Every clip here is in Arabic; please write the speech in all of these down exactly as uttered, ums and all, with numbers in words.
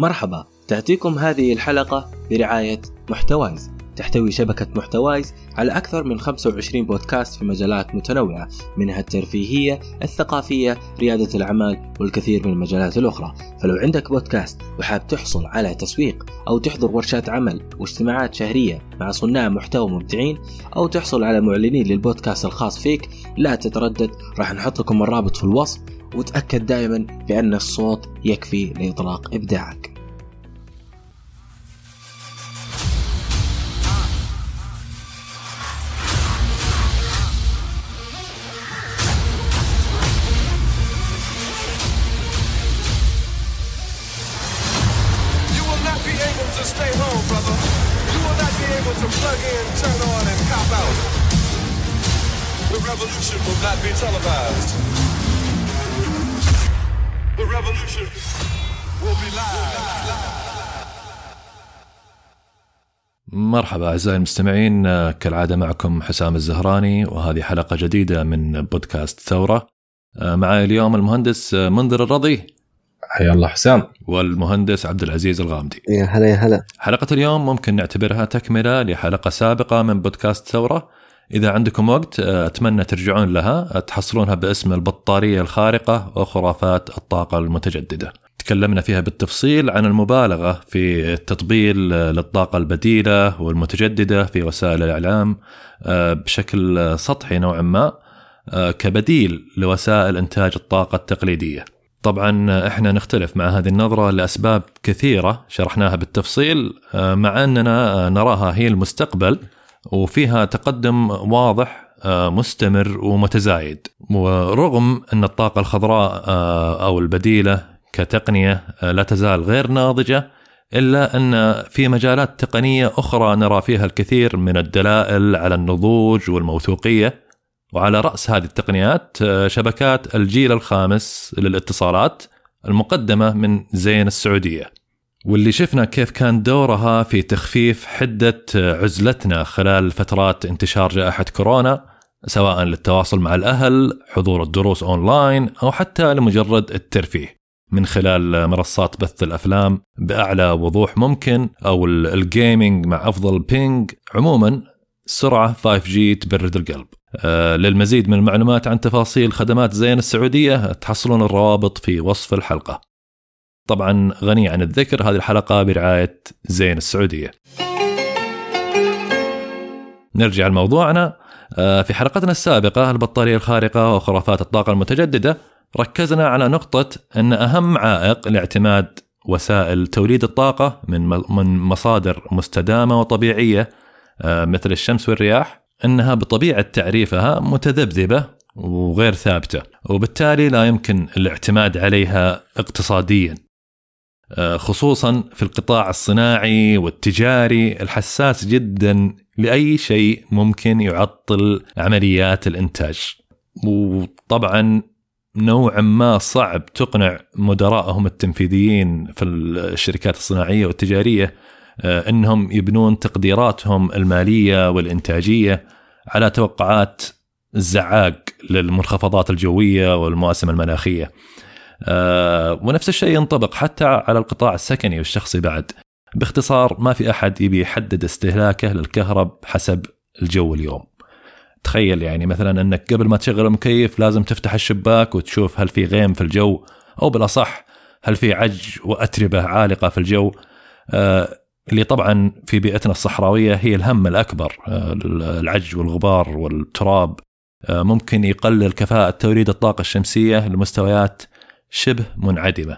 مرحبا، تأتيكم هذه الحلقة برعاية محتوايز. تحتوي شبكة محتوايز على أكثر من خمسة وعشرين بودكاست في مجالات متنوعة، منها الترفيهية، الثقافية، ريادة الأعمال والكثير من المجالات الأخرى. فلو عندك بودكاست وحاب تحصل على تسويق أو تحضر ورشات عمل واجتماعات شهرية مع صناع محتوى مبدعين، أو تحصل على معلنين للبودكاست الخاص فيك، لا تتردد، راح نحط لكم الرابط في الوصف. وتأكد دائما بأن الصوت يكفي لإطلاق إبداعك. Stay home, brother. You will not be able to plug in, turn on, and cop out. The revolution will not be televised. The revolution will be live. مرحبا أعزائي المستمعين، كالعادة معكم حسام الزهراني، وهذه حلقة جديدة من بودكاست ثورة. معي اليوم المهندس منذر الرضي. حيا الله حسام. والمهندس عبد العزيز الغامدي. يا هلا يا هلا. حلقة اليوم ممكن نعتبرها تكملة لحلقة سابقة من بودكاست ثورة. إذا عندكم وقت أتمنى ترجعون لها، تحصلونها باسم البطارية الخارقة وخرافات الطاقة المتجددة. تكلمنا فيها بالتفصيل عن المبالغة في التطبيل للطاقة البديلة والمتجددة في وسائل الإعلام بشكل سطحي نوعا ما، كبديل لوسائل إنتاج الطاقة التقليدية. طبعا احنا نختلف مع هذه النظرة لأسباب كثيرة شرحناها بالتفصيل، مع أننا نراها هي المستقبل وفيها تقدم واضح مستمر ومتزايد. ورغم أن الطاقة الخضراء أو البديلة كتقنية لا تزال غير ناضجة، إلا أن في مجالات تقنية أخرى نرى فيها الكثير من الدلائل على النضوج والموثوقية. وعلى رأس هذه التقنيات شبكات الجيل الخامس للاتصالات المقدمة من زين السعودية، واللي شفنا كيف كان دورها في تخفيف حدة عزلتنا خلال فترات انتشار جائحة كورونا، سواء للتواصل مع الأهل، حضور الدروس أونلاين، أو حتى لمجرد الترفيه من خلال منصات بث الأفلام بأعلى وضوح ممكن، أو الجيمينج مع أفضل بينج. عموما سرعة فايف جي تبرد القلب. آه للمزيد من المعلومات عن تفاصيل خدمات زين السعودية تحصلون الروابط في وصف الحلقة. طبعا غني عن الذكر هذه الحلقة برعاية زين السعودية. نرجع لموضوعنا. آه في حلقتنا السابقة البطارية الخارقة وخرافات الطاقة المتجددة، ركزنا على نقطة أن أهم عائق لاعتماد وسائل توليد الطاقة من من مصادر مستدامة وطبيعية آه مثل الشمس والرياح، أنها بطبيعة تعريفها متذبذبة وغير ثابتة، وبالتالي لا يمكن الاعتماد عليها اقتصاديا، خصوصا في القطاع الصناعي والتجاري الحساس جدا لأي شيء ممكن يعطل عمليات الإنتاج. وطبعا نوعا ما صعب تقنع مدراءهم التنفيذيين في الشركات الصناعية والتجارية أنهم يبنون تقديراتهم المالية والإنتاجية على توقعات الزعاق للمنخفضات الجوية والمواسم المناخية. ونفس الشيء ينطبق حتى على القطاع السكني والشخصي بعد. باختصار، ما في أحد يبي يحدد استهلاكه للكهرب حسب الجو اليوم. تخيل يعني مثلا أنك قبل ما تشغل المكيف لازم تفتح الشباك وتشوف هل في غيم في الجو، أو بالأصح هل في عج وأتربة عالقة في الجو، اللي طبعا في بيئتنا الصحراوية هي الهم الأكبر. العج والغبار والتراب ممكن يقلل كفاءة توليد الطاقة الشمسية لمستويات شبه منعدمة.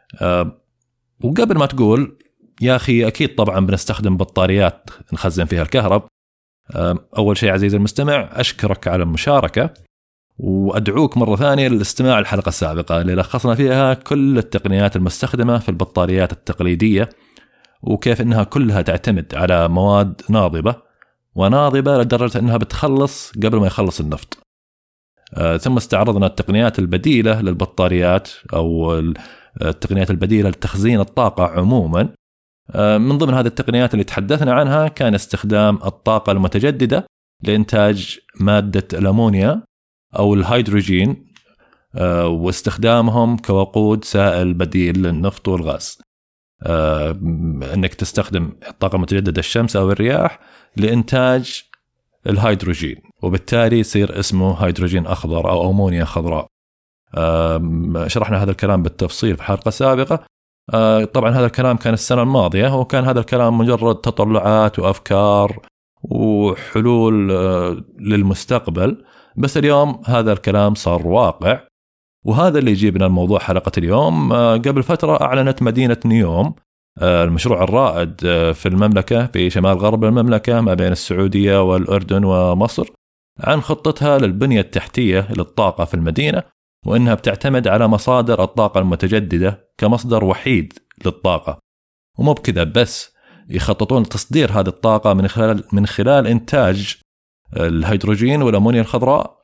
وقبل ما تقول يا أخي أكيد طبعا بنستخدم بطاريات نخزن فيها الكهرب، أول شيء عزيزي المستمع أشكرك على المشاركة، وأدعوك مرة ثانية للاستماع الحلقة السابقة اللي لخصنا فيها كل التقنيات المستخدمة في البطاريات التقليدية، وكيف أنها كلها تعتمد على مواد ناضبة وناضبة لدرجة أنها بتخلص قبل ما يخلص النفط. آه ثم استعرضنا التقنيات البديلة للبطاريات أو التقنيات البديلة لتخزين الطاقة عموما. آه من ضمن هذه التقنيات اللي تحدثنا عنها كان استخدام الطاقة المتجددة لإنتاج مادة الأمونيا أو الهيدروجين، آه واستخدامهم كوقود سائل بديل للنفط والغاز. أنك تستخدم الطاقة المتجددة الشمس أو الرياح لإنتاج الهيدروجين، وبالتالي يصير اسمه هيدروجين أخضر أو أمونيا خضراء. شرحنا هذا الكلام بالتفصيل في حلقة سابقة. طبعا هذا الكلام كان السنة الماضية، وكان هذا الكلام مجرد تطلعات وأفكار وحلول للمستقبل، بس اليوم هذا الكلام صار واقع، وهذا اللي يجيبنا الموضوع حلقة اليوم. قبل فترة أعلنت مدينة نيوم، المشروع الرائد في المملكة في شمال غرب المملكة ما بين السعودية والأردن ومصر، عن خطتها للبنية التحتية للطاقة في المدينة، وإنها بتعتمد على مصادر الطاقة المتجددة كمصدر وحيد للطاقة. ومو بكذا بس، يخططون لتصدير هذه الطاقة من خلال من خلال إنتاج الهيدروجين والأمونيا الخضراء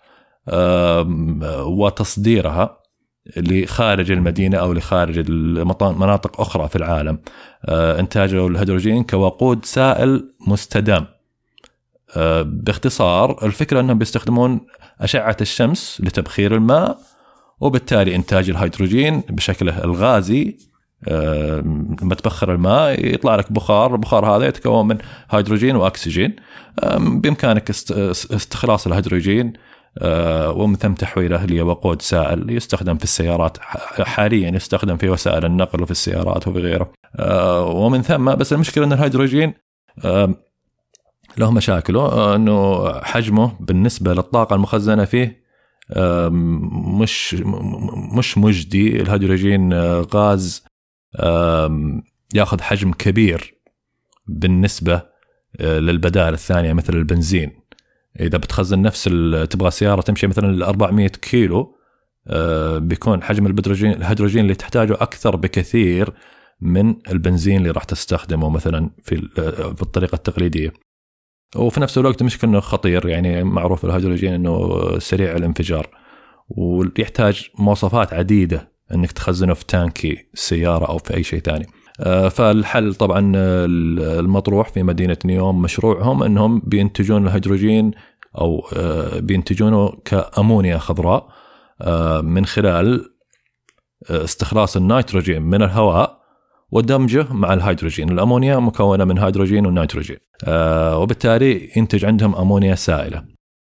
وتصديرها لخارج المدينة أو لخارج مناطق أخرى في العالم. إنتاج الهيدروجين كوقود سائل مستدام. باختصار الفكرة أنهم بيستخدمون أشعة الشمس لتبخير الماء، وبالتالي إنتاج الهيدروجين بشكله الغازي. لما تبخر الماء يطلع لك بخار، البخار هذا يتكون من هيدروجين وأكسجين. بإمكانك استخلاص الهيدروجين ومن ثم تحويله لوقود سائل يستخدم في السيارات. حاليا يستخدم في وسائل النقل وفي السيارات وفي غيره. ومن ثم بس المشكلة أن الهيدروجين له مشاكله، أنه حجمه بالنسبة للطاقة المخزنة فيه مش مش مجدي. الهيدروجين غاز يأخذ حجم كبير بالنسبة للبدائل الثانية مثل البنزين. إذا بتخزن نفس تبغى سيارة تمشي مثلا أربعمية كيلو، بيكون حجم الهيدروجين الهيدروجين اللي تحتاجه أكثر بكثير من البنزين اللي راح تستخدمه مثلا في بالطريقة التقليدية. وفي نفس الوقت مش كأنه خطير، يعني معروف الهيدروجين أنه سريع الانفجار، ويحتاج مواصفات عديدة أنك تخزنه في تانكي سيارة أو في أي شيء ثاني. فالحل طبعا المطروح في مدينة نيوم مشروعهم أنهم بينتجون الهيدروجين أو بينتجونه كأمونيا خضراء من خلال استخلاص النيتروجين من الهواء ودمجه مع الهيدروجين. الأمونيا مكونة من هيدروجين ونيتروجين، وبالتالي ينتج عندهم أمونيا سائلة.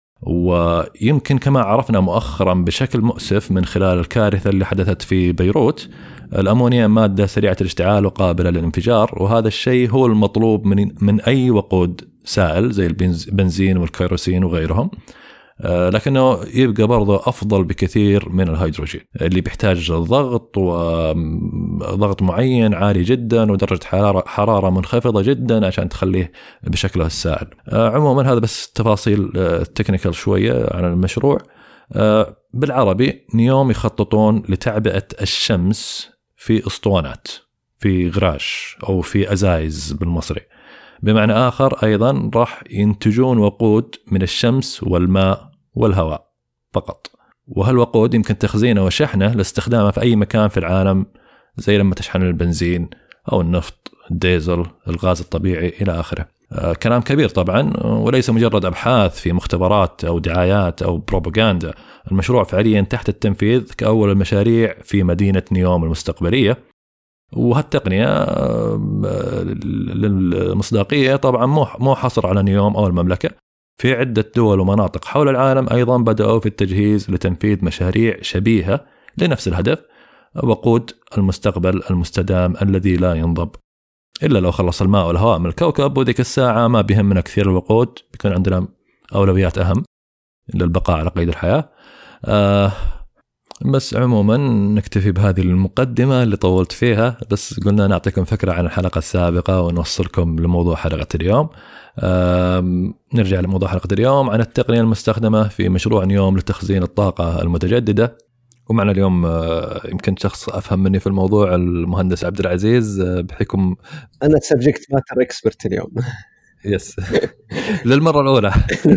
ويمكن كما عرفنا مؤخرا بشكل مؤسف من خلال الكارثة اللي حدثت في بيروت، الأمونيا مادة سريعة الاشتعال وقابلة للانفجار، وهذا الشيء هو المطلوب من من أي وقود سائل زي البنزين والكيروسين وغيرهم، لكنه يبقى برضه أفضل بكثير من الهيدروجين اللي بيحتاج ضغط وضغط معين عالي جدا ودرجة حرارة حرارة منخفضة جدا عشان تخليه بشكله السائل. عموما هذا بس تفاصيل تكنيكال شوية عن المشروع. بالعربي نيوم يخططون لتعبئة الشمس في أسطوانات، في غراش أو في أزايز بالمصري. بمعنى آخر أيضا راح ينتجون وقود من الشمس والماء والهواء فقط، وهالوقود يمكن تخزينه وشحنه لاستخدامه في أي مكان في العالم، زي لما تشحن البنزين أو النفط، الديزل، الغاز الطبيعي إلى آخره. آه كلام كبير طبعا، وليس مجرد أبحاث في مختبرات أو دعايات أو بروباغندا. المشروع فعليا تحت التنفيذ كأول المشاريع في مدينة نيوم المستقبلية. وهالتقنية للمصداقية طبعا مو حصر على نيوم أو المملكة، في عدة دول ومناطق حول العالم أيضا بدأوا في التجهيز لتنفيذ مشاريع شبيهة لنفس الهدف، وقود المستقبل المستدام الذي لا ينضب إلا لو خلص الماء والهواء من الكوكب، وذيك الساعة ما بيهمنا كثير الوقود، بيكون عندنا أولويات أهم للبقاء على قيد الحياة. آه بس عموما نكتفي بهذه المقدمة اللي طولت فيها، بس قلنا نعطيكم فكرة عن الحلقة السابقة ونوصلكم لموضوع حلقة اليوم. نرجع لموضوع حلقة اليوم عن التقنية المستخدمة في مشروع نيوم لتخزين الطاقة المتجددة. ومعنا اليوم يمكن شخص أفهم مني في الموضوع، المهندس عبد العزيز، بحكم أنا سبجكت ماتر إكسبرت اليوم. يس للمرة الأولى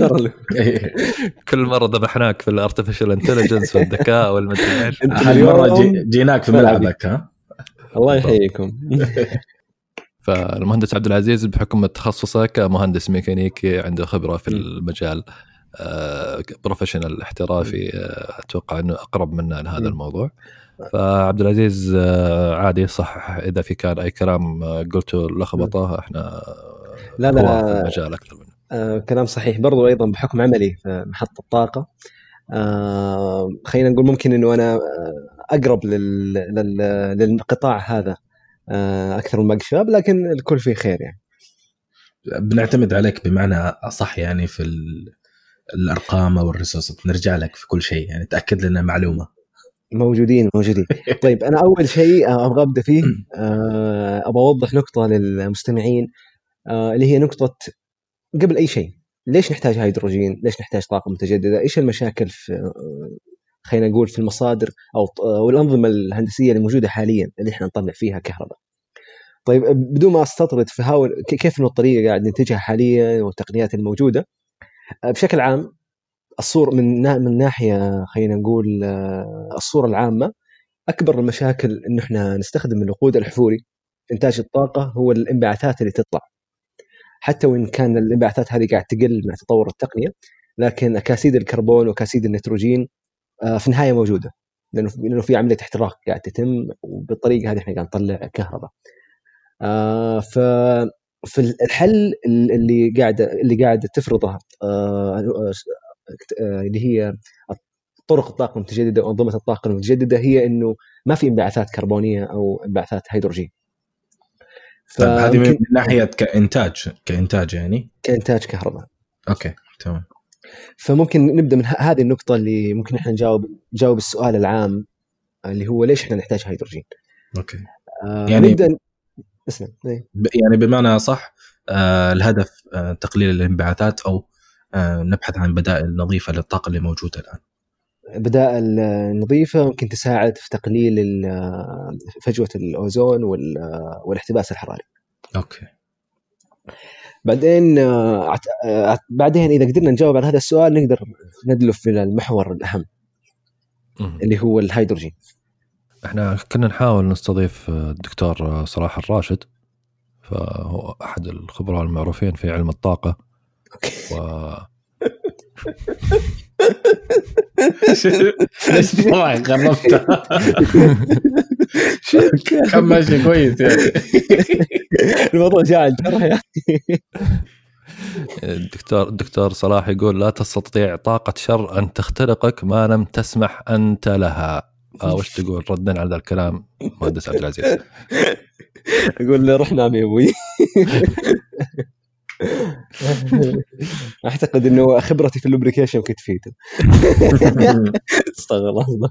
كل مرة ذبحناك في الارتفيشال انتليجنس والذكاء والمدري ايش، هالمرة جي جيناك في ملعبك. ها الله يحييكم. فالمهندس عبد العزيز بحكم تخصصه كمهندس ميكانيكي عنده خبرة في المجال، بروفيشنال احترافي، أتوقع أنه أقرب منا لهذا الموضوع. فعبد العزيز عادي صح اذا في كان اي كلام قلته لخبطه، احنا لا لا في المجال اكثر منه. آه كلام صحيح برضو ايضا بحكم عملي في محطه الطاقه. آه خلينا نقول ممكن انه انا اقرب لل... لل... للقطاع هذا آه اكثر من باقي الشباب، لكن الكل فيه خير يعني. بنعتمد عليك بمعنى اصح يعني في ال... الارقام او الريسورس، بنرجع لك في كل شيء يعني، تاكد لنا معلومه. موجودين موجودين. طيب انا اول شيء ابغى ابدا فيه ابغى اوضح نقطه للمستمعين اللي هي نقطه قبل اي شيء، ليش نحتاج هيدروجين؟ ليش نحتاج طاقه متجدده؟ ايش المشاكل في خلينا نقول في المصادر او والانظمه الهندسيه اللي موجوده حاليا اللي احنا نطلع فيها كهرباء؟ طيب بدون ما استطرد في هاول كيف انه الطريقه قاعد ننتجها حاليا والتقنيات الموجوده بشكل عام، الصورة من من ناحية خلينا نقول الصورة العامة، أكبر المشاكل إنه إحنا نستخدم الوقود الأحفوري في إنتاج الطاقة هو الانبعاثات اللي تطلع. حتى وإن كان الانبعاثات هذه قاعد تقل مع تطور التقنية، لكن أكاسيد الكربون وأكاسيد النيتروجين في النهاية موجودة، لأنه لأنه في عملية احتراق قاعد تتم، وبالطريقة هذه إحنا قاعد نطلع كهرباء. ف في الحل اللي قاعد اللي قاعد تفرضه اللي هي طرق الطاقة المتجددة وأنظمة الطاقة المتجددة هي إنه ما في انبعاثات كربونية أو انبعاثات هيدروجين. طيب هذه من ناحية كإنتاج كإنتاج يعني كإنتاج كهرباء. أوكي تمام. فممكن نبدأ من هذه النقطة اللي ممكن إحنا نجاوب جاوب السؤال العام اللي هو ليش إحنا نحتاج هيدروجين. أوكي آه يعني نبدأ اسمع يعني بمعنى صح آه الهدف آه تقليل الانبعاثات أو آه نبحث عن بدائل نظيفة للطاقة اللي موجودة الآن. بدائل نظيفة ممكن تساعد في تقليل فجوة الأوزون والاحتباس الحراري. أوكي. بعدين بعدين إذا قدرنا نجاوب على هذا السؤال نقدر ندلف إلى المحور الأهم اللي هو الهيدروجين. احنا كنا نحاول نستضيف الدكتور صلاح الراشد، فهو أحد الخبراء المعروفين في علم الطاقة. و ليش طبعا قربتها كم ماشي كويس يعني الموضوع جاء الجرح يعني. الدكتور الدكتور صلاح يقول لا تستطيع طاقة شر أن تخترقك ما لم تسمح أنت لها. آه وش تقول ردا على ذا الكلام مهندس عبد العزيز؟ أقول له رحنا يا أبوي. أعتقد إنه خبرتي في اللوبريكيشن كنت فيته. استغفر الله.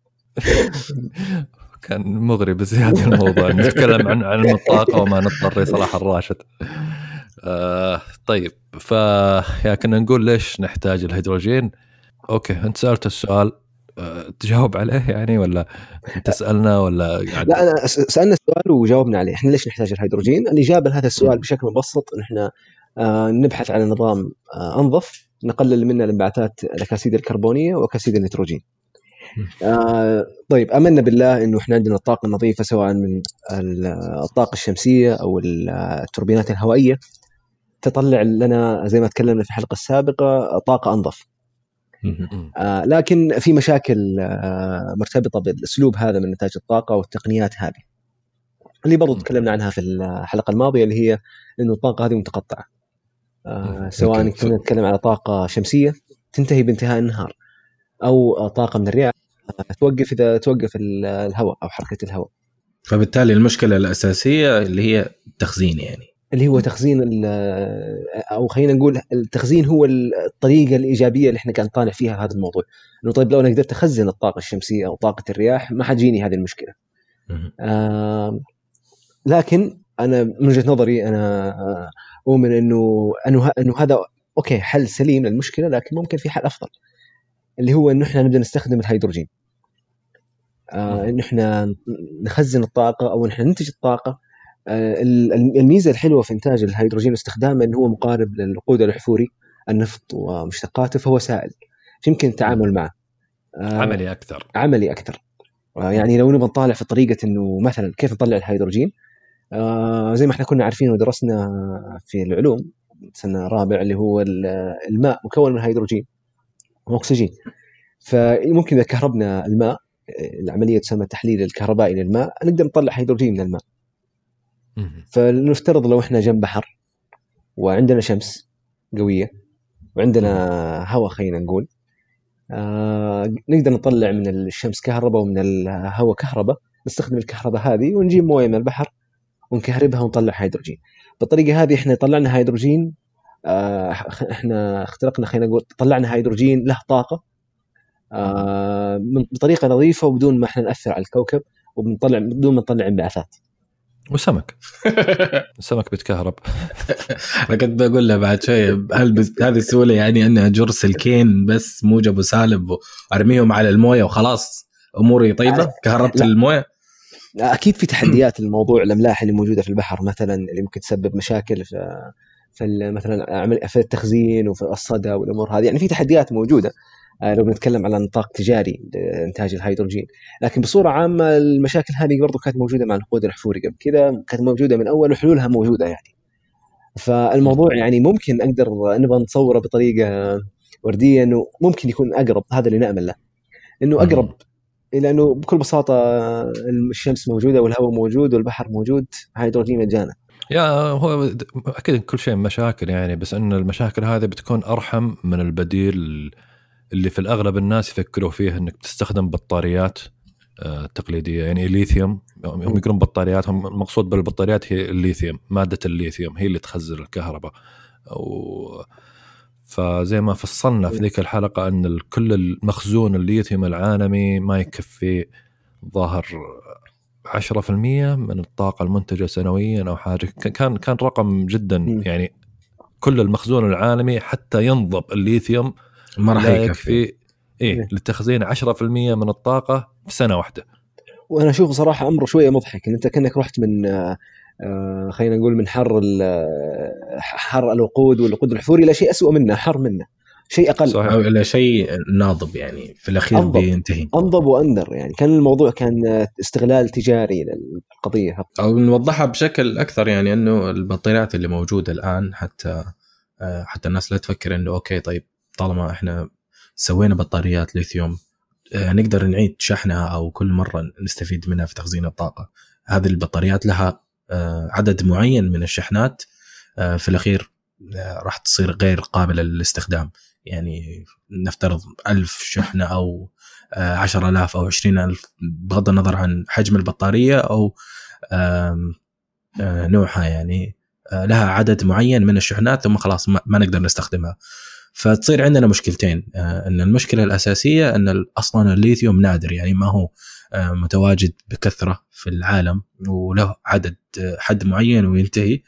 كان مغري بزيادة الموضوع، نتكلم عن علم الطاقة وما نضطر صلاح الراشد. آه طيب فيا كنا نقول ليش نحتاج الهيدروجين. أوكي أنت سألت السؤال أه تجاوب عليه يعني ولا تسألنا ولا قاعد؟ لا أنا سألنا السؤال وجاوبنا عليه. إحنا ليش نحتاج الهيدروجين؟ الإجابة لهذا السؤال بشكل مبسط إن إحنا آه نبحث عن نظام آه أنظف نقلل منه الانبعاثات الأكاسيد الكربونية وأكاسيد النيتروجين. آه طيب أمنا بالله إنه إحنا عندنا الطاقة النظيفة سواء من الطاقة الشمسية أو التوربينات الهوائية تطلع لنا زي ما تكلمنا في الحلقة السابقة طاقة أنظف. آه لكن في مشاكل آه مرتبطة بالأسلوب هذا من نتاج الطاقة والتقنيات هذه اللي برضو تكلمنا عنها في الحلقة الماضية، اللي هي إنه الطاقة هذه متقطعة. آه سواء كنا نتكلم على طاقة شمسية تنتهي بانتهاء النهار أو طاقة من الرياح توقف إذا توقف الهواء أو حركة الهواء. فبالتالي المشكلة الأساسية اللي هي التخزين، يعني اللي هو تخزين أو خلينا نقول التخزين هو الطريقة الإيجابية اللي إحنا قاعد نطالع فيها هذا الموضوع. إنه طيب لو أنا قدرت أخزن الطاقة الشمسية أو طاقة الرياح ما حتجيني هذه المشكلة. آه لكن أنا من وجهة نظري أنا أؤمن إنه إنه إنه هذا أوكي حل سليم للمشكلة، لكن ممكن في حل أفضل اللي هو إنه إحنا نبدأ نستخدم الهيدروجين. آه إنه إحنا نخزن الطاقة أو إحنا ننتج الطاقة. آه الميزة الحلوة في إنتاج الهيدروجين واستخدامه إنه هو مقارب للوقود الأحفوري النفط ومشتقاته، فهو سائل يمكن التعامل معه. آه عملي أكثر عملي أكثر. آه يعني لو نبغى نطالع في طريقة إنه مثلا كيف نطلع الهيدروجين، آه زي ما إحنا كنا عارفين ودرسنا في العلوم سنة رابع اللي هو الماء مكون من هيدروجين وأكسجين. فممكن إذا كهربنا الماء العملية تسمى تحليل الكهربائي للماء، نقدر نطلع هيدروجين من الماء. فلنفترض لو إحنا جنب بحر وعندنا شمس قوية وعندنا هواء، خلينا نقول آه نقدر نطلع من الشمس كهرباء ومن الهواء كهرباء، نستخدم الكهرباء هذه ونجيب موية من البحر ونكهربها ونطلع هيدروجين. بالطريقة هذه إحنا طلعنا هيدروجين، آه إحنا اخترقنا، خلينا نقول طلعنا هيدروجين له طاقة آه بطريقة نظيفة وبدون ما إحنا نأثر على الكوكب، وبنطلع بدون ما نطلع انبعاثات. وسمك السمك بيتكهرب. أنا كنت بقول له بعد شوي، هل هذه السهولة يعني أني أجر سلكين بس موجب وسالب وأرميهم على الموية وخلاص أموري طيبة؟ كهربت الموية؟ أكيد في تحديات للموضوع، الأملاح اللي موجودة في البحر مثلا اللي ممكن تسبب مشاكل في في مثلا في التخزين وفي الصدى والأمور هذه، يعني في تحديات موجودة لو بنتكلم على نطاق تجاري لإنتاج الهيدروجين. لكن بصورة عامة المشاكل هذه برضو كانت موجودة مع الوقود الأحفوري قبل كذا، كانت موجودة من أول وحلولها موجودة يعني. فالموضوع يعني ممكن أقدر نبغى نصوره بطريقة وردية إنه ممكن يكون أقرب، هذا اللي نأمل له، إنه أقرب إلى إنه بكل بساطة الشمس موجودة والهواء موجود والبحر موجود، هيدروجين مجانا. يا هو أكيد كل شيء مشاكل يعني، بس إن المشاكل هذه بتكون أرحم من البديل اللي في الأغلب الناس يفكروا فيه، إنك تستخدم بطاريات تقليدية يعني الليثيوم. هم يقولون بطاريات، هم المقصود بالبطاريات هي الليثيوم، مادة الليثيوم هي اللي تخزن الكهرباء. و... فزي ما فصلنا في ذيك الحلقة أن كل المخزون الليثيوم العالمي ما يكفي ظاهر عشرة في المية من الطاقة المنتجة سنويا أو حاجة، كان كان رقم جدا يعني. كل المخزون العالمي حتى ينضب الليثيوم ما راح يكفي إيه للتخزين عشرة في المية من الطاقة في سنة واحدة. وأنا أشوف صراحة أمره شوية مضحك، إن أنت كأنك رحت من آه خلينا نقول من حر حر الوقود والوقود الأحفوري إلى شيء أسوأ منه، حر منه، شيء أقل صحيح. أو إلى شيء ناضب يعني في الأخير أنضب. بينتهي أنضب وأندر يعني. كان الموضوع كان استغلال تجاري للقضية. أو نوضحها بشكل أكثر يعني، أنه البطاريات اللي موجودة الآن حتى حتى الناس لا تفكر أنه أوكي طيب طالما إحنا سوينا بطاريات ليثيوم نقدر نعيد شحنها أو كل مرة نستفيد منها في تخزين الطاقة. هذه البطاريات لها عدد معين من الشحنات، في الأخير راح تصير غير قابلة للاستخدام. يعني نفترض ألف شحنة أو عشر ألاف أو عشرين ألف، بغض النظر عن حجم البطارية أو نوعها، يعني لها عدد معين من الشحنات ثم خلاص ما نقدر نستخدمها. فتصير عندنا مشكلتين، أن المشكلة الأساسية أن أصلا الليثيوم نادر، يعني ما هو متواجد بكثرة في العالم وله عدد حد معين وينتهي.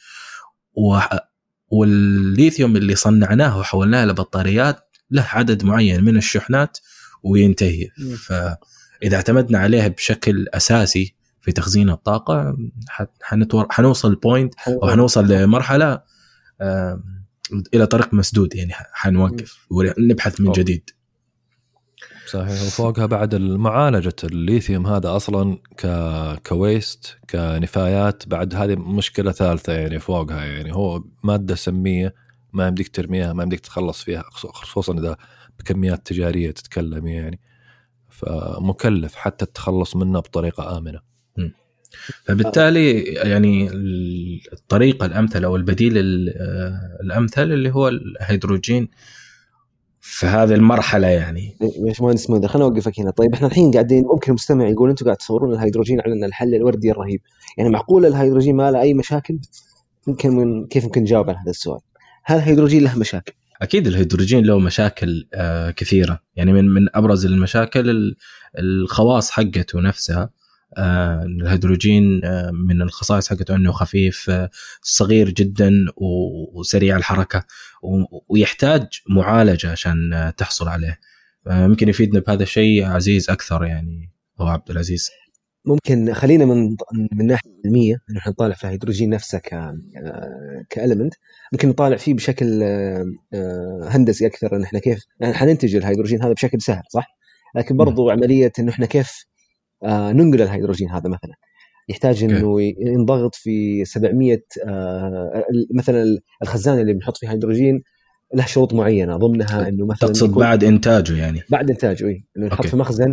والليثيوم اللي صنعناه وحولناه لبطاريات له عدد معين من الشحنات وينتهي. فإذا اعتمدنا عليه بشكل أساسي في تخزين الطاقة حنوصل بوينت أو حنوصل لمرحلة إلى طريق مسدود، يعني حنوقف ونبحث من جديد. صحيح. وفوقها بعد المعالجة الليثيوم هذا أصلا ك كويست كنفايات، بعد هذه مشكلة ثالثة يعني فوقها. يعني هو مادة سمية ما يمديك ترميها، ما يمديك تتخلص فيها، خصوصا إذا بكميات تجارية تتكلم يعني، فمكلف حتى التخلص منها بطريقة آمنة. م. فبالتالي يعني الطريقة الأمثل أو البديل الأمثل اللي هو الهيدروجين في هذه المرحلة. يعني ايش ما نسمع ده، خلينا نوقفك هنا. طيب احنا الحين قاعدين، ممكن المستمع يقول انتم قاعد تصورون الهيدروجين على ان الحل الوردي الرهيب، يعني معقول الهيدروجين ما له اي مشاكل؟ ممكن من كيف ممكن نجاوب على هذا السؤال؟ هل الهيدروجين له مشاكل؟ اكيد الهيدروجين له مشاكل آه كثيرة، يعني من من ابرز المشاكل الخواص حقته نفسها. آه الهيدروجين آه من الخصائص حقته انه خفيف، آه صغير جدا وسريع الحركة، ويحتاج معالجة عشان آه تحصل عليه. آه ممكن يفيدنا بهذا الشيء عزيز اكثر يعني هو عبد العزيز. ممكن خلينا من من ناحيه علميه انه احنا نطالع في الهيدروجين نفسه ك كاليمنت، ممكن نطالع فيه بشكل هندسي اكثر، ان احنا كيف يعني حننتج الهيدروجين هذا بشكل سهل صح، لكن برضو عمليه انه احنا كيف ننقل الهيدروجين هذا مثلا يحتاج انه ينضغط في سبعمية مثلا الخزان اللي بنحط فيه هيدروجين له شروط معينه ضمنها انه مثلا تقصد بعد انتاجه، يعني بعد انتاجه اي انه نحط في مخزن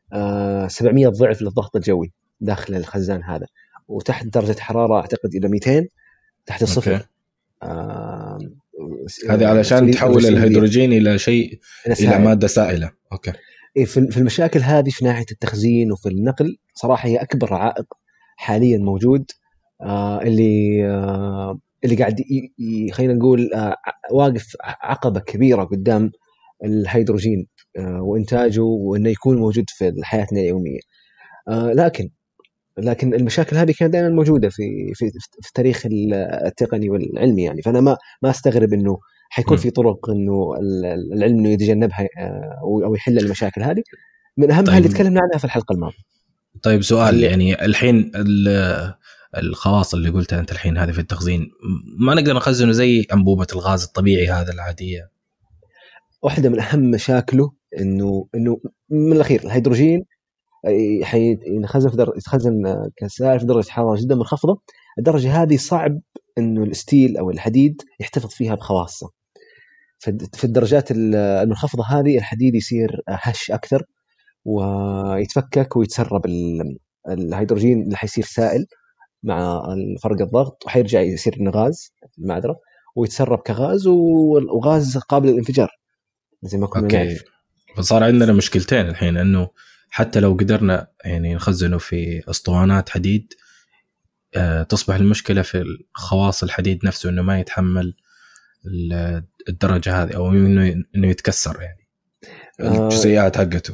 آه سبعمية ضعف للضغط الجوي داخل الخزان هذا، وتحت درجة حرارة أعتقد إلى مئتين تحت الصفر. أوكي. آه هذه علشان تحول الهيدروجين إلى شيء إلى مادة سائلة. أوكي. في المشاكل هذه في ناحية التخزين وفي النقل صراحة هي أكبر عائق حاليا موجود، آه اللي آه اللي قاعد خلينا نقول آه واقف عقبة كبيرة قدام الهيدروجين آه وإنتاجه وإنه يكون موجود في حياتنا اليومية. آه لكن لكن المشاكل هذه كانت دائما موجودة في في في التاريخ التقني والعلمي يعني، فأنا ما ما استغرب إنه حيكون في طرق إنه العلم إنه يتجنبها أو يحل المشاكل هذه، من أهمها طيب. اللي تكلمنا عنها في الحلقة الماضية. طيب سؤال، يعني الحين الخواص اللي قلتها أنت الحين هذه في التخزين ما نقدر نخزنه زي أنبوبة الغاز الطبيعي هذا العادية؟ واحدة من أهم مشاكله إنه إنه من الأخير الهيدروجين حينخزن في در... يتخزن كسائل في درجة حرارة جدا منخفضة. الدرجة هذه صعب إنه الستيل أو الحديد يحتفظ فيها بخواصه. في الدرجات المنخفضة هذه الحديد يصير هش أكثر ويتفكك ويتسرب الهيدروجين اللي حيصير سائل مع فرق الضغط، وحيرجع يصير غاز المعدرة ويتسرب كغاز وغاز قابل للانفجار زي ما كنا نعرف. فصار عندنا مشكلتين الحين، إنه حتى لو قدرنا يعني نخزنه في اسطوانات حديد آه تصبح المشكلة في الخواص الحديد نفسه إنه ما يتحمل الدرجة هذه أو إنه إنه يتكسر يعني الجزيئات حقته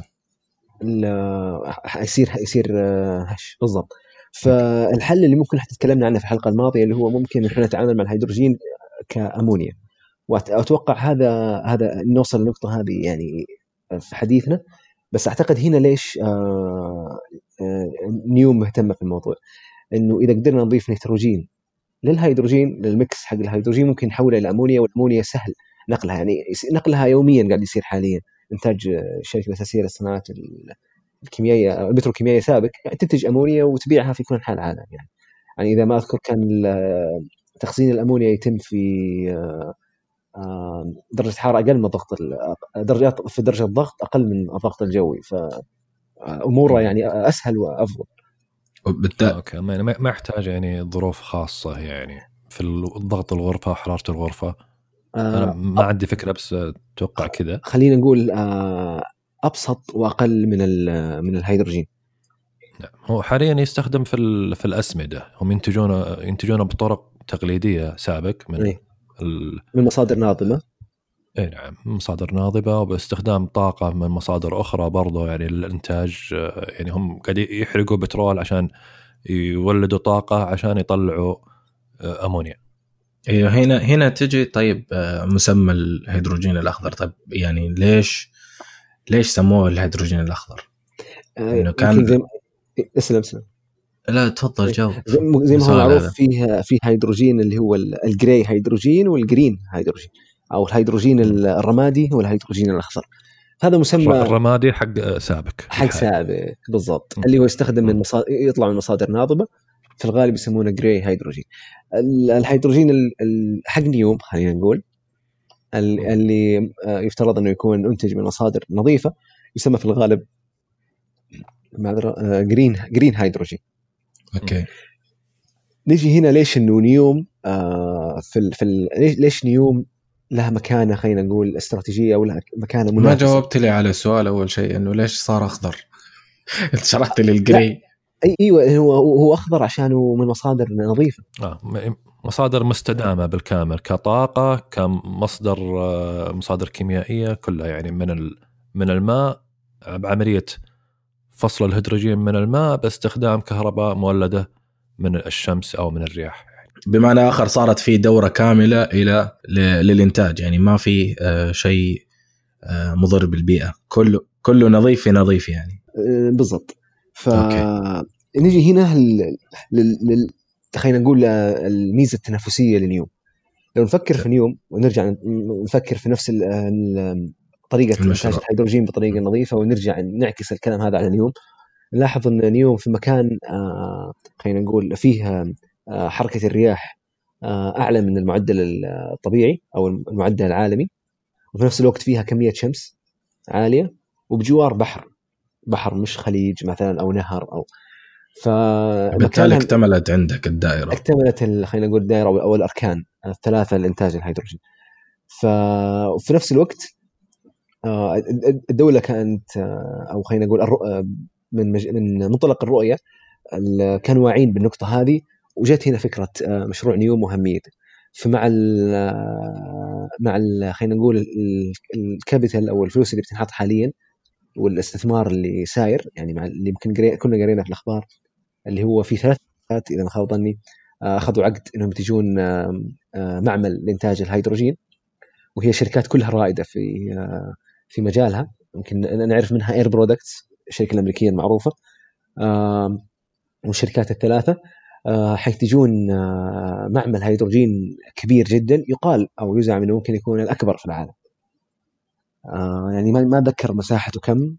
يصير يصير هش بالضبط. فالحل اللي ممكن حتى تكلمنا عنه في الحلقة الماضية اللي هو ممكن إحنا نتعامل مع الهيدروجين كأمونيا، وأتوقع هذا هذا نوصل للنقطة هذه يعني في حديثنا. بس أعتقد هنا ليش آه آه نيوم مهتمة في الموضوع، إنه إذا قدرنا نضيف نيتروجين للهيدروجين للمكس حق الهيدروجين ممكن نحولها إلى أمونيا، والأمونيا سهل نقلها يعني نقلها يوميا قاعد يصير حاليا. إنتاج الشركة الأساسية للصناعات الكيميائية البتروكيميائية سابق يعني تنتج أمونيا وتبيعها في كل أنحاء العالم يعني. يعني إذا ما أذكر كان تخزين الأمونيا يتم في آه درجة حرارة أقل من ضغط درجات في درجة الضغط أقل من الضغط الجوي، فأموره يعني أسهل وأفضل. بالتالي أوكي ما يحتاج يعني ظروف خاصة يعني في الضغط الغرفة وحرارة الغرفة. أنا ما عندي فكرة بس أتوقع كذا. خلينا نقول أبسط وأقل من من الهيدروجين. هو حاليا يستخدم في في الأسمدة، هم ينتجونه ينتجونه بطرق تقليدية سابق من إيه؟ من مصادر ناظمة. اي نعم مصادر ناظمة وباستخدام طاقة من مصادر أخرى برضو يعني للإنتاج. يعني هم قاعد يحرقوا بترول عشان يولدوا طاقة عشان يطلعوا أمونيا. ايوه هنا هنا تجي طيب مسمى الهيدروجين الأخضر. طيب يعني ليش ليش سموه الهيدروجين الأخضر؟ إنه كان زي... اسلم اسلم لا تفضل جاوب. زي ما هو معروف فيه في هيدروجين اللي هو الجراي هيدروجين والجرين هيدروجين، او الهيدروجين الرمادي هو الهيدروجين الاخضر. هذا مسمى الرمادي حق سابق حق سابق بالضبط، اللي هو يستخدم من مصادر يطلع من مصادر ناظمه في الغالب يسمونه جراي هيدروجين. الهيدروجين حق نيوم خلينا نقول اللي يفترض انه يكون انتج من مصادر نظيفه يسمى في الغالب معذرة جرين جرين هيدروجين. اوكي نيجي هنا ليش انه نيوم آه في ال في ال ليش نيوم لها مكانه خلينا نقول استراتيجيه او لها مكانه منافسه. ما جاوبت لي على السؤال اول شيء انه ليش صار اخضر. انت شرحت لي الجري. ايوه هو هو اخضر عشانه من مصادر نظيفه اه مصادر مستدامه بالكامل كطاقه كمصدر مصادر كيميائيه كلها يعني من من الماء بعمليه فصل الهيدروجين من الماء باستخدام كهرباء مولده من الشمس او من الرياح. بمعنى آخر صارت في دورة كاملة إلى للإنتاج يعني ما في آه شيء آه مضر بالبيئة، كله كله نظيف في نظيف يعني. بالضبط. فنيجي هنا لل... لل... خلينا نقول الميزة التنافسية لنيوم. لو نفكر في نيوم ونرجع نفكر في نفس ال... طريقة إنتاج الهيدروجين بطريقة نظيفة ونرجع نعكس الكلام هذا على نيوم، نلاحظ أن نيوم في مكان آه خلينا نقول فيه آه حركة الرياح آه أعلى من المعدل الطبيعي أو المعدل العالمي، وفي نفس الوقت فيها كمية شمس عالية وبجوار بحر بحر مش خليج مثلا او نهر او بالتالي اكتملت عندك الدائره اكتملت خلينا نقول الدائره او الاركان الثلاثه لانتاج الهيدروجين. ففي نفس الوقت الدوله كانت او خلينا نقول من من منطلق الرؤيه كانوا واعين بالنقطه هذه، وجت هنا فكره مشروع نيوم وأهميته. فمع ال مع ال خلينا نقول الكابيتال او الفلوس اللي بتنحط حاليا والاستثمار اللي ساير، يعني مع اللي يمكن كنا قرينا في الاخبار اللي هو في ثلاث شركات اذا ما خاب ظني اخذوا عقد انهم ينتجون معمل لانتاج الهيدروجين، وهي شركات كلها رائده في في مجالها. يمكن نعرف منها اير برودكتس الشركه الامريكيه المعروفه، والشركات الثلاثه حينتجون معمل هيدروجين كبير جدا، يقال او يزعم انه ممكن يكون الاكبر في العالم. يعني ما ما ذكر مساحته كم،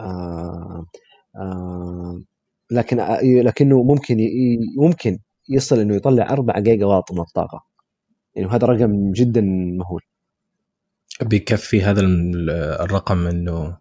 لكن لكنه ممكن ممكن يصل انه يطلع أربعة جيجا واط من الطاقه، يعني هذا رقم جدا مهول. بيكفي هذا الرقم انه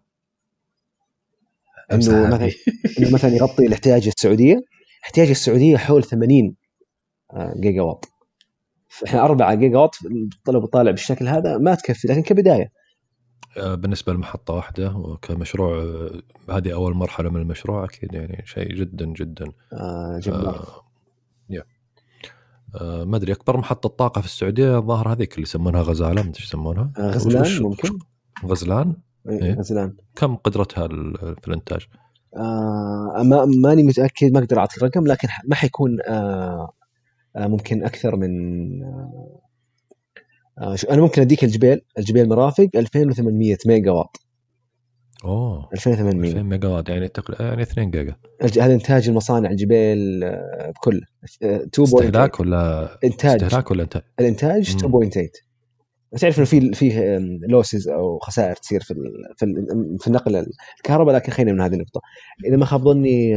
انه مثلا انه مثلا يغطي الاحتياج السعوديه احتياج السعوديه حول ثمانين جيجا واط، فاحنا أربعة جيجا واط لو بطالع بالشكل هذا ما تكفي، لكن كبدايه بالنسبه لمحطه واحده وكمشروع هذه اول مرحله من المشروع اكيد يعني شيء جدا جدا آه جبار. آه يا آه ما ادري اكبر محطه طاقه في السعوديه الظاهر هذيك اللي يسمونها غزاله، ما يسمونها آه غزلان ممكن غزلان إيه؟ غزلان. كم قدرتها في الانتاج؟ آه ما ماني متاكد، ما اقدر اعطي رقم، لكن ما حيكون آه آه ممكن اكثر من آه آه انا ممكن اديك الجبيل الجبيل مرافق ألفين وثمانمية ميجا واط. اوه ألفين وثمانمية ألفين ميجا واط يعني تقريبا يعني اثنين جيجا. هذا انتاج المصانع الجبيل بكل استهلاك ولا انتاج استهلاك ولا انتاج الانتاج اثنين فاصلة ثمانية. تعرف انه في فيه لوسز او خسائر تصير في في في النقل الكهرباء، لكن خلينا من هذه النقطه. اذا ما خاب ظني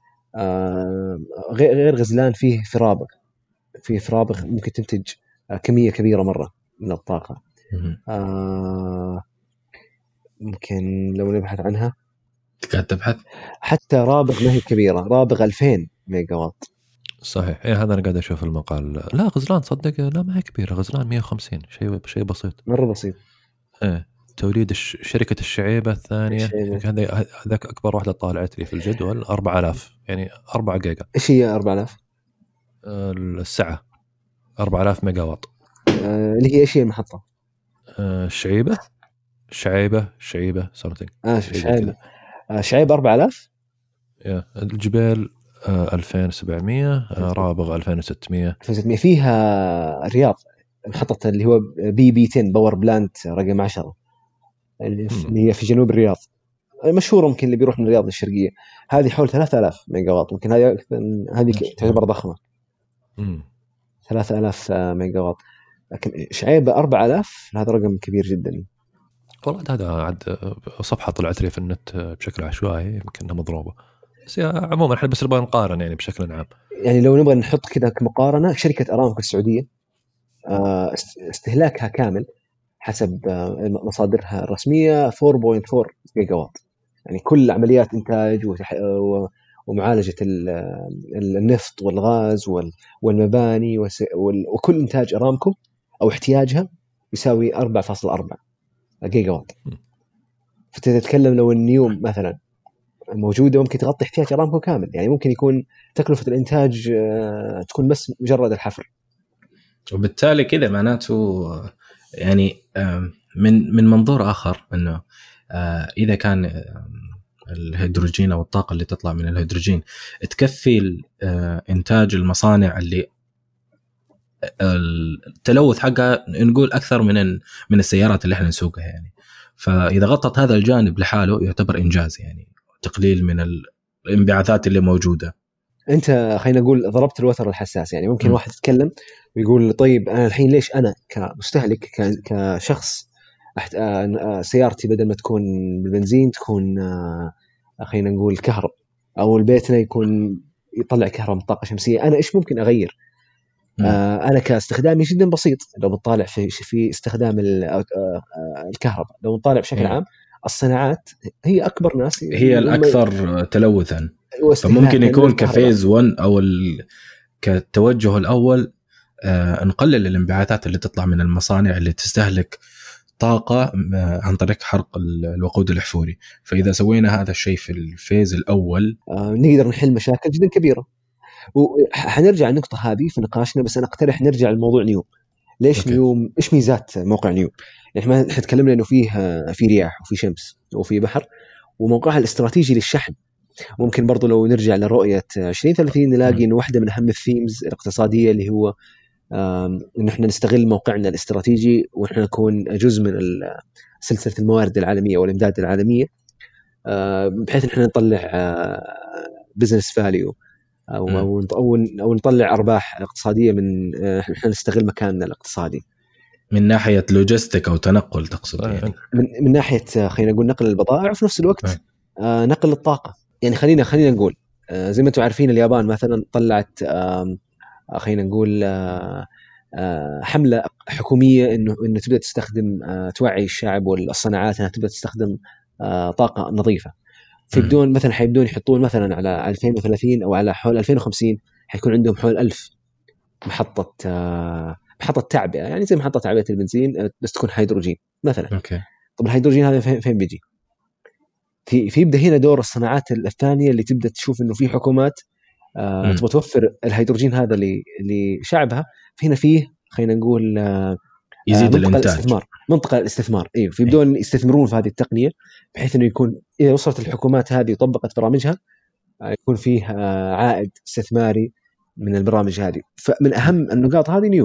غير غزلان فيه فرابغ فيه فرابغ ممكن تنتج كميه كبيره مره من الطاقه. آه ممكن لو نبحث عنها. قاعد تبحث؟ حتى رابغ ما هي كبيره، رابغ ألفين ميجا واط. صحيح إيه هذا أنا قاعد أشوف المقال. لا غزلان صدق لا ما هي كبيرة، غزلان مية وخمسين شيء شيء بسيط مرة بسيط. إيه توليد الش... شركة الشعيبة الثانية هذا هذاك أكبر واحدة طالعت لي في الجدول أربعة آلاف يعني أربعة جيجا. إيش هي أربعة آلاف؟ السعة أربعة آلاف ميجا واط. آه اللي هي إيش هي المحطة؟ آه الشعيبة شعيبة شعيبة something. آه شعيبة آه شعيبة أربعة آلاف. يا الجبال آه ألفين وسبعمية آه رابغ ألفين وستمية. ألفين وستمية فيها الرياض محطة اللي هو بي بي عشرة باور بلانت رقم عشرة اللي هي في جنوب الرياض مشهورة، ممكن اللي بيروح من الرياض الشرقية. هذه حول ثلاثة آلاف ميجا واط، ممكن هذه هذه تعتبر ضخمة. ثلاثة آلاف ميجا واط، لكن شعيبة أربعة آلاف هذا رقم كبير جدا. والله هذا عاد صفحة طلعت لي في النت بشكل عشوائي يمكنها مضروبة، بس عموما احنا بس نبغى نقارن يعني بشكل عام. يعني لو نبغى نحط كذا كمقارنة، شركة أرامكو السعودية استهلاكها كامل حسب مصادرها الرسمية أربعة فاصلة أربعة جيجا واط، يعني كل عمليات إنتاج ومعالجة النفط والغاز والمباني وكل إنتاج أرامكو أو احتياجها يساوي أربعة فاصلة أربعة جيجا واط. فتتكلم لو النيوم مثلا موجودة ممكن تغطي احتياج أرامكو كامل، يعني ممكن يكون تكلفة الإنتاج تكون بس مجرد الحفر. وبالتالي كذا معناته يعني من من منظور آخر أنه إذا كان الهيدروجين أو الطاقة اللي تطلع من الهيدروجين تكفي إنتاج المصانع اللي التلوث حقها نقول أكثر من من السيارات اللي احنا نسوقها، يعني فإذا غطت هذا الجانب لحاله يعتبر إنجاز، يعني تقليل من الانبعاثات اللي موجودة. أنت خلينا نقول ضربت الوتر الحساس، يعني ممكن م. واحد يتكلم ويقول طيب أنا الحين ليش أنا كمستهلك كشخص سيارتي بدل ما تكون بالبنزين تكون خلينا نقول كهرب، أو البيتنا يكون يطلع كهرباء من طاقة شمسية، أنا إيش ممكن أغير؟ آه أنا كاستخدامي جدا بسيط. لو بتطالع في في استخدام الكهرباء، لو بتطالع بشكل عام الصناعات هي اكبر ناس، هي الاكثر تلوثا، فممكن يكون كفيز واحد او ال... كالتوجه الاول آه نقلل الانبعاثات اللي تطلع من المصانع اللي تستهلك طاقة عن طريق حرق الوقود الأحفوري. فإذا سوينا هذا الشيء في الفيز الأول آه نقدر نحل مشاكل جدا كبيرة. وحنرجع النقطة هذه في نقاشنا، بس أنا أقترح نرجع لموضوع نيوم. ليش أوكي. نيوم إيش ميزات موقع نيوم؟ يعني ما تكلمنا إنه فيه في رياح وفي شمس وفي بحر، وموقعها الاستراتيجي للشحن. ممكن برضو لو نرجع لرؤية عشرين ثلاثين نلاقي إنه واحدة من أهم الثيمز الاقتصادية اللي هو إن إحنا نستغل موقعنا الاستراتيجي وإحنا نكون جزء من سلسلة الموارد العالمية والإمداد العالمية، بحيث إحنا نطلع بزنس فاليو أو أو أو نطلع أرباح اقتصادية من إحنا نستغل مكاننا الاقتصادي من ناحية لوجستيك أو تنقل تقصد يعني. من, من ناحية خلينا نقول نقل البضائع، وفي نفس الوقت آه نقل الطاقة. يعني خلينا خلينا نقول آه زي ما أنتم عارفين اليابان مثلا طلعت آه خلينا نقول آه آه حملة حكومية إنه إنه تبدأ تستخدم آه توعي الشعب والصناعات أنها تبدأ تستخدم آه طاقة نظيفة. فيبدون مثلا حيبدون يحطون مثلا على ألفين وثلاثين أو على حول ألفين وخمسين حيكون عندهم حول ألف محطة آه محطة تعبئة، يعني زي محطة تعبئة البنزين بس تكون هيدروجين مثلا. أوكي. طب الهيدروجين هذا فين بيجي؟ في في يبدأ هنا دور الصناعات الثانية اللي تبدأ تشوف إنه في حكومات آه تبغى توفر الهيدروجين هذا لشعبها. فهنا فيه خلينا نقول آه يزيد منطقة الإنتاج. الاستثمار، منطقة الاستثمار أيوه. فيبدون يستثمرون في هذه التقنية بحيث إنه يكون إذا وصلت الحكومات هذه وطبقت برامجها يكون فيه آه عائد استثماري من البرامج هذه. فمن أهم النقاط هذه نيوم.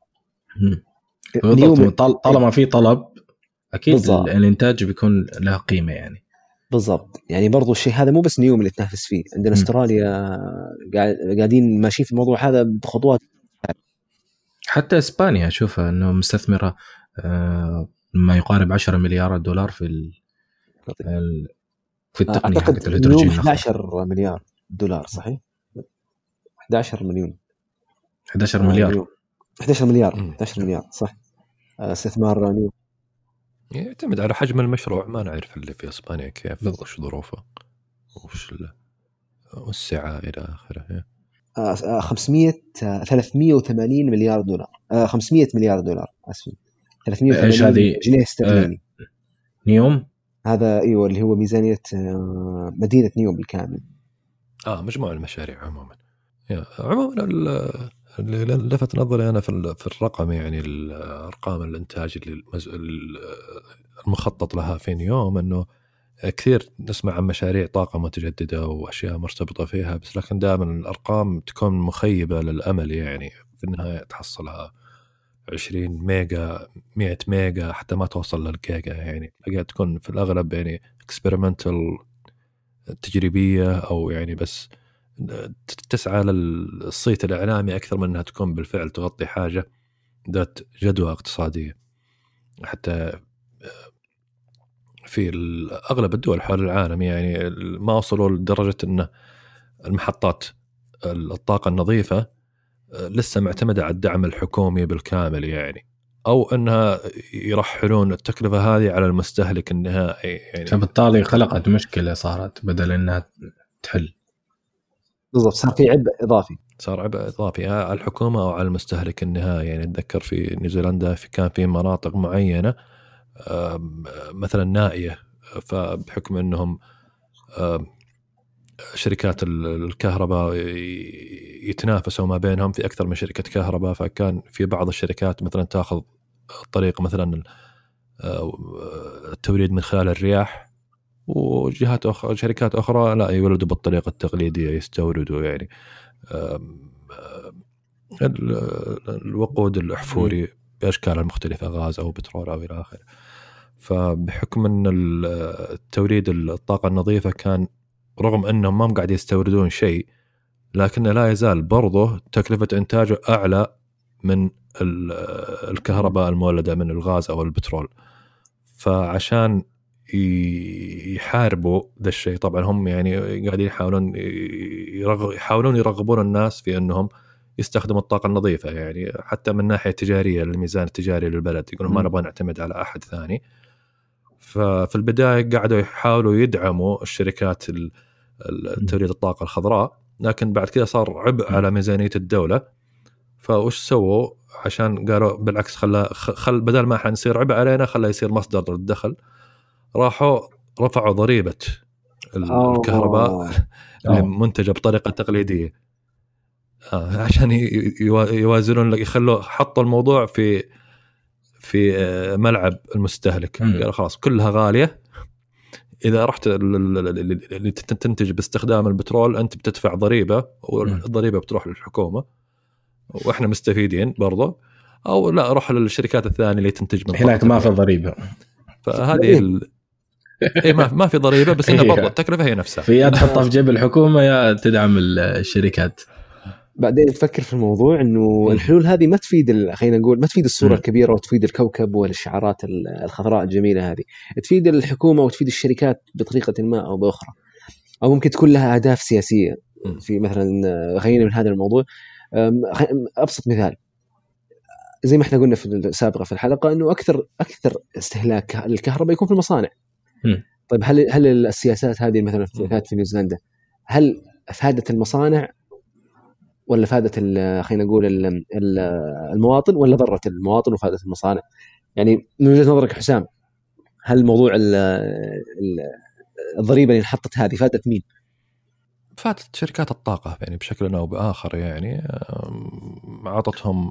نيوم طالما في طلب أكيد بالضبط. الإنتاج بيكون له قيمة يعني. بالضبط. يعني برضو الشيء هذا مو بس نيوم اللي تنافس فيه، عندنا م. استراليا قاعدين ماشيين في الموضوع هذا بخطوات. حتى إسبانيا أشوفها أنه مستثمرة ما يقارب عشرة مليار دولار في ال في التقنية حقت الهيدروجين. أحد عشر مليار دولار صحيح؟ أحد عشر مليون. أحد عشر مليار. أحد عشر مليار. أحد عشر مليار صح. استثمار نيوم. يعتمد على حجم المشروع، ما نعرف اللي في إسبانيا كيف وش ظروفه وش السعة إلى آخره. خمسمية ثلاثمية وثمانين مليار دولار. خمسمية مليار دولار أسف. ثلاثمية وثمانين جنيه استرليني. آه نيوم هذا أيوة اللي هو ميزانية مدينة نيوم بالكامل. آه مجموع المشاريع عموما. عموما اللي لفت نظري أنا في في الرقم، يعني الأرقام الإنتاج اللي المخطط لها في نيوم، إنه كثير نسمع عن مشاريع طاقة متجددة وأشياء مرتبطة فيها، بس لكن دائما الأرقام تكون مخيبة للأمل. يعني في النهاية تحصلها عشرين ميجا مئة ميجا حتى ما توصل للجيجا، يعني قاعد تكون في الأغلب يعني experimental تجريبية، أو يعني بس تسعى للصيت الإعلامي أكثر من أنها تكون بالفعل تغطي حاجة ذات جدوى اقتصادية. حتى في أغلب الدول حول العالم يعني ما وصلوا لدرجة أن المحطات الطاقة النظيفة لسه معتمدة على الدعم الحكومي بالكامل، يعني أو أنها يرحلون التكلفة هذه على المستهلك النهائي. يعني فبالتالي خلقت مشكلة صارت بدل أنها تحل. بالضبط، صار في عبء إضافي صار عبء إضافي على الحكومة أو على المستهلك النهائي. يعني أتذكر في نيوزيلندا في كان في مناطق معينة مثلا نائية، فبحكم أنهم شركات الكهرباء يتنافسوا ما بينهم في أكثر من شركة كهرباء، فكان في بعض الشركات مثلا تأخذ طريق مثلا التوريد من خلال الرياح، وجهات أخرى شركات أخرى لا يولدوا بالطريقة التقليدية يستوردوا يعني الوقود الأحفوري بأشكال المختلفة، غاز أو بترول أو إلى آخره. فبحكم أن التوريد الطاقة النظيفة كان رغم أنهم ما قاعد يستوردون شيء، لكن لا يزال برضه تكلفة إنتاجه أعلى من الكهرباء المولدة من الغاز أو البترول. فعشان يحاربوا ذا الشيء طبعا هم يعني قاعدين يحاولون يرغب يحاولون يرغبون الناس في أنهم يستخدموا الطاقة النظيفة، يعني حتى من ناحية تجارية الميزان التجاري للبلد يقولون ما نبغى نعتمد على أحد ثاني. ففي البداية قاعدوا يحاولوا يدعموا الشركات التوليد الطاقة الخضراء، لكن بعد كده صار عبء على ميزانية الدولة. فوش سووا عشان قالوا بالعكس خلا خل بدل ما احنا نصير عبء علينا خلا يصير مصدر للدخل، راحوا رفعوا ضريبة الكهرباء اللي منتجة بطريقة تقليدية آه عشان يوازنون، يخلوا حطوا الموضوع في في ملعب المستهلك. قالوا خلاص كلها غالية، إذا رحت اللي تنتج باستخدام البترول أنت بتدفع ضريبة، والضريبة بتروح للحكومة وإحنا مستفيدين برضه، أو لا أروح للشركات الثانية اللي تنتج من هناك ما في ضريبة. فهذه ال... إيه ما ما في ضريبة، بس إنه برضه التكلفة هي نفسها، في يا تحطها في جيب الحكومة يا تدعم الشركات. بعدين تفكر في الموضوع انه الحلول هذه ما تفيد، خلينا نقول ما تفيد الصوره م. الكبيره وتفيد الكوكب والشعارات الخضراء الجميله هذه، تفيد الحكومه وتفيد الشركات بطريقه ما او باخرى، او ممكن تكون لها اهداف سياسيه في مثلا. خلينا من هذا الموضوع ابسط مثال زي ما احنا قلنا في السابقه في الحلقه انه اكثر اكثر استهلاك الكهرباء يكون في المصانع. م. طيب هل هل السياسات هذه مثلا في نيوزيلندا هل افادت المصانع ولا فادت خلينا نقول المواطن، ولا ضرت المواطن وفادت المصانع؟ يعني من وجهة نظرك حسام، هل موضوع الضريبة اللي انحطت هذه فادت مين؟ فادت شركات الطاقة يعني بشكل أو بآخر، يعني عطتهم